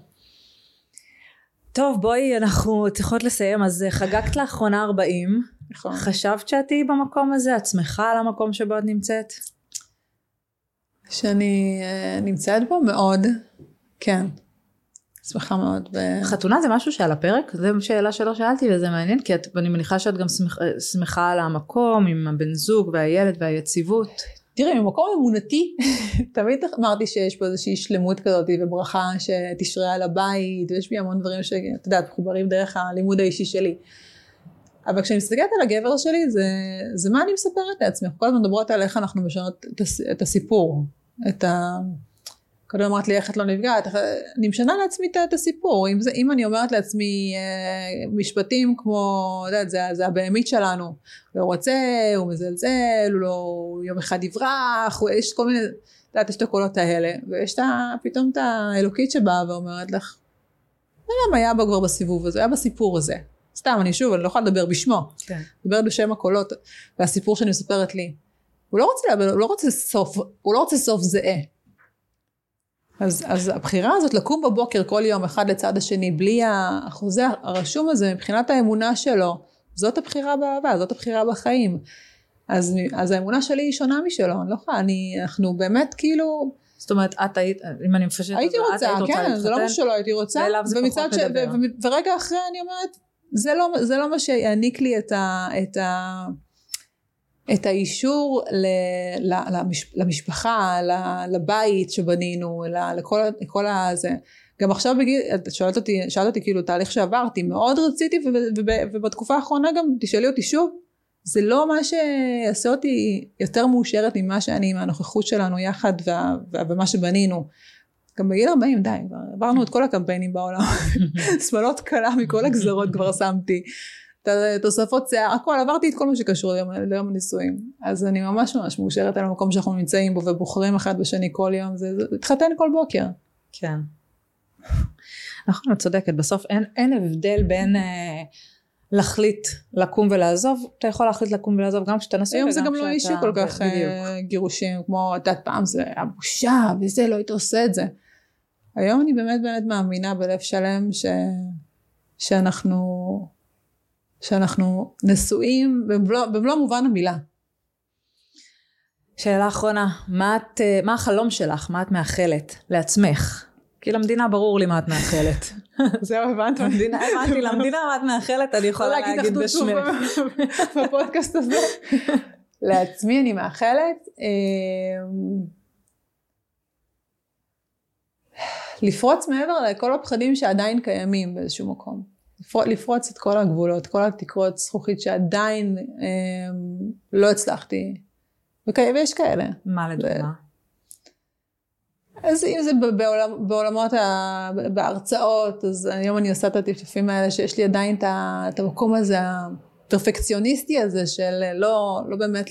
טוב, בואי, אנחנו צריכות לסיים, אז חגגת לאחרונה 40, נכון. חשבת שאת תהיי במקום הזה, את שמחה על המקום שבו את נמצאת? שאני נמצאת בו מאוד, כן, שמחה מאוד. חתונה זה משהו שעל הפרק? זו שאלה שלא שאלתי וזה מעניין, כי אני מניחה שאת גם שמחה על המקום, עם הבן זוג והילד והיציבות. תראי, ממקום אמונתי, תמיד אמרתי שיש פה איזושהי שלמות כזאת וברכה שתשרה על הבית, ויש בי המון דברים שאת יודעת, מחוברים דרך הלימוד האישי שלי. אבל כשאני מסתכלת על הגבר שלי, זה מה אני מספרת לעצמי. כל הזמן מדברות על איך אנחנו משנות את הסיפור. קודם אמרת לי איך את לא נפגעת, אני משנה לעצמי את הסיפור. אם אני אומרת לעצמי משפטים כמו, יודעת, זה הבהמית שלנו, הוא רוצה, הוא מזלזל, הוא לא יום אחד יברח, יש כל מיני, יודעת, יש את הקולות האלה, ויש פתאום את האלוקית שבאה ואומרת לך, למה היה בה כבר בסיבוב הזה, היה בסיפור הזה. סתם, אני לא יכולה לדבר בשמו, לדבר בשם הקולות, והסיפור שאני מספרת לי. הוא לא רוצה סוף זהה. אז הבחירה הזאת לקום בבוקר כל יום אחד לצד השני, בלי החוזה הרשום הזה, מבחינת האמונה שלו, זאת הבחירה באהבה, זאת הבחירה בחיים. אז האמונה שלי היא שונה משלו, אני לא יכולה, אנחנו באמת כאילו... זאת אומרת, את היית, אם אני מפשט... הייתי רוצה, כן, זה לא מה שלא הייתי רוצה, ורגע אחרי אני אומרת, זה לא מה שיעניק לי את האישור למשפחה, לבית שבנינו, לכל הזה. גם עכשיו שאלת אותי כאילו תהליך שעברתי, מאוד רציתי, ובתקופה האחרונה גם תשאלי אותי שוב, זה לא מה שיעשה אותי יותר מאושרת ממה שאני, מהנוכחות שלנו יחד, ומה שבנינו. גם בגיל 40, די, עברנו את כל הקמפיינים בעולם, שמלות קלה מכל הגזרות כבר שמתי, תוספות שיער, הכל, עברתי את כל מה שקשור ליום הנישואים, אז אני ממש מאושרת על המקום שאנחנו נמצאים בו, ובוחרים אחד בשני כל יום, זה התחתן כל בוקר. כן. נכון, את צודקת, בסוף אין הבדל בין להחליט לקום ולעזוב, אתה יכול להחליט לקום ולעזוב גם כשאתה נשוי, היום זה גם לא אישי כל כך גירושים, כמו תת פעם זה הבושה, וזה לא היית עושה את זה. היום אני באמת מאמינה בלב שלם שאנחנו נשואים במלוא מובן המילה. שאלה אחרונה, מה החלום שלך? מה את מאחלת לעצמך? כי למדינה ברור לי מה את מאחלת. זהו, הבנת? הבנתי, למדינה מה את מאחלת, אני יכולה להגיד בשמך. בפודקאסט הזה. לעצמי אני מאחלת לפרוץ מעבר לכל הפחדים שעדיין קיימים באיזשהו מקום. לפרוץ את כל הגבולות, כל התקרות זכוכית שעדיין לא הצלחתי. ויש כאלה. מה לדוגמה? אז אם זה בעולמות, בהרצאות, אז היום אני עושה את הטיפופים האלה, שיש לי עדיין את המקום הזה, הפרפקציוניסטי הזה, של לא באמת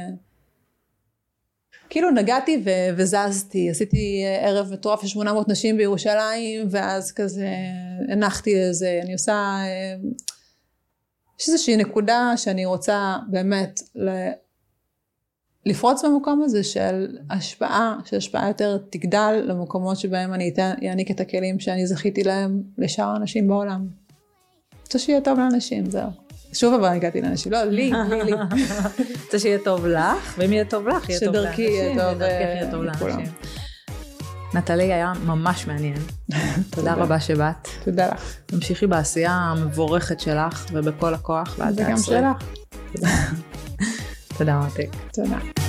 כאילו נגעתי וזזתי, עשיתי ערב מטורף של 800 נשים בירושלים, ואז כזה הנחתי לזה, אני עושה, יש איזושהי נקודה שאני רוצה באמת לפרוץ במקום הזה של השפעה יותר תגדל למקומות שבהם אני אעניק את הכלים שאני זכיתי להם לשאר האנשים בעולם. רוצה שיהיה טוב לאנשים, זהו. שוב אבל הגעתי לאנשים, לא, לי. רוצה שיהיה טוב לך, ואם יהיה טוב לך, יהיה טוב לאנשים. שדרכי יהיה טוב לאנשים. נטלי, היה ממש מעניין. תודה רבה שבאת. תודה לך. תמשיכי בעשייה המבורכת שלך, ובכל הכוח. זה גם שלך. תודה מתק. תודה.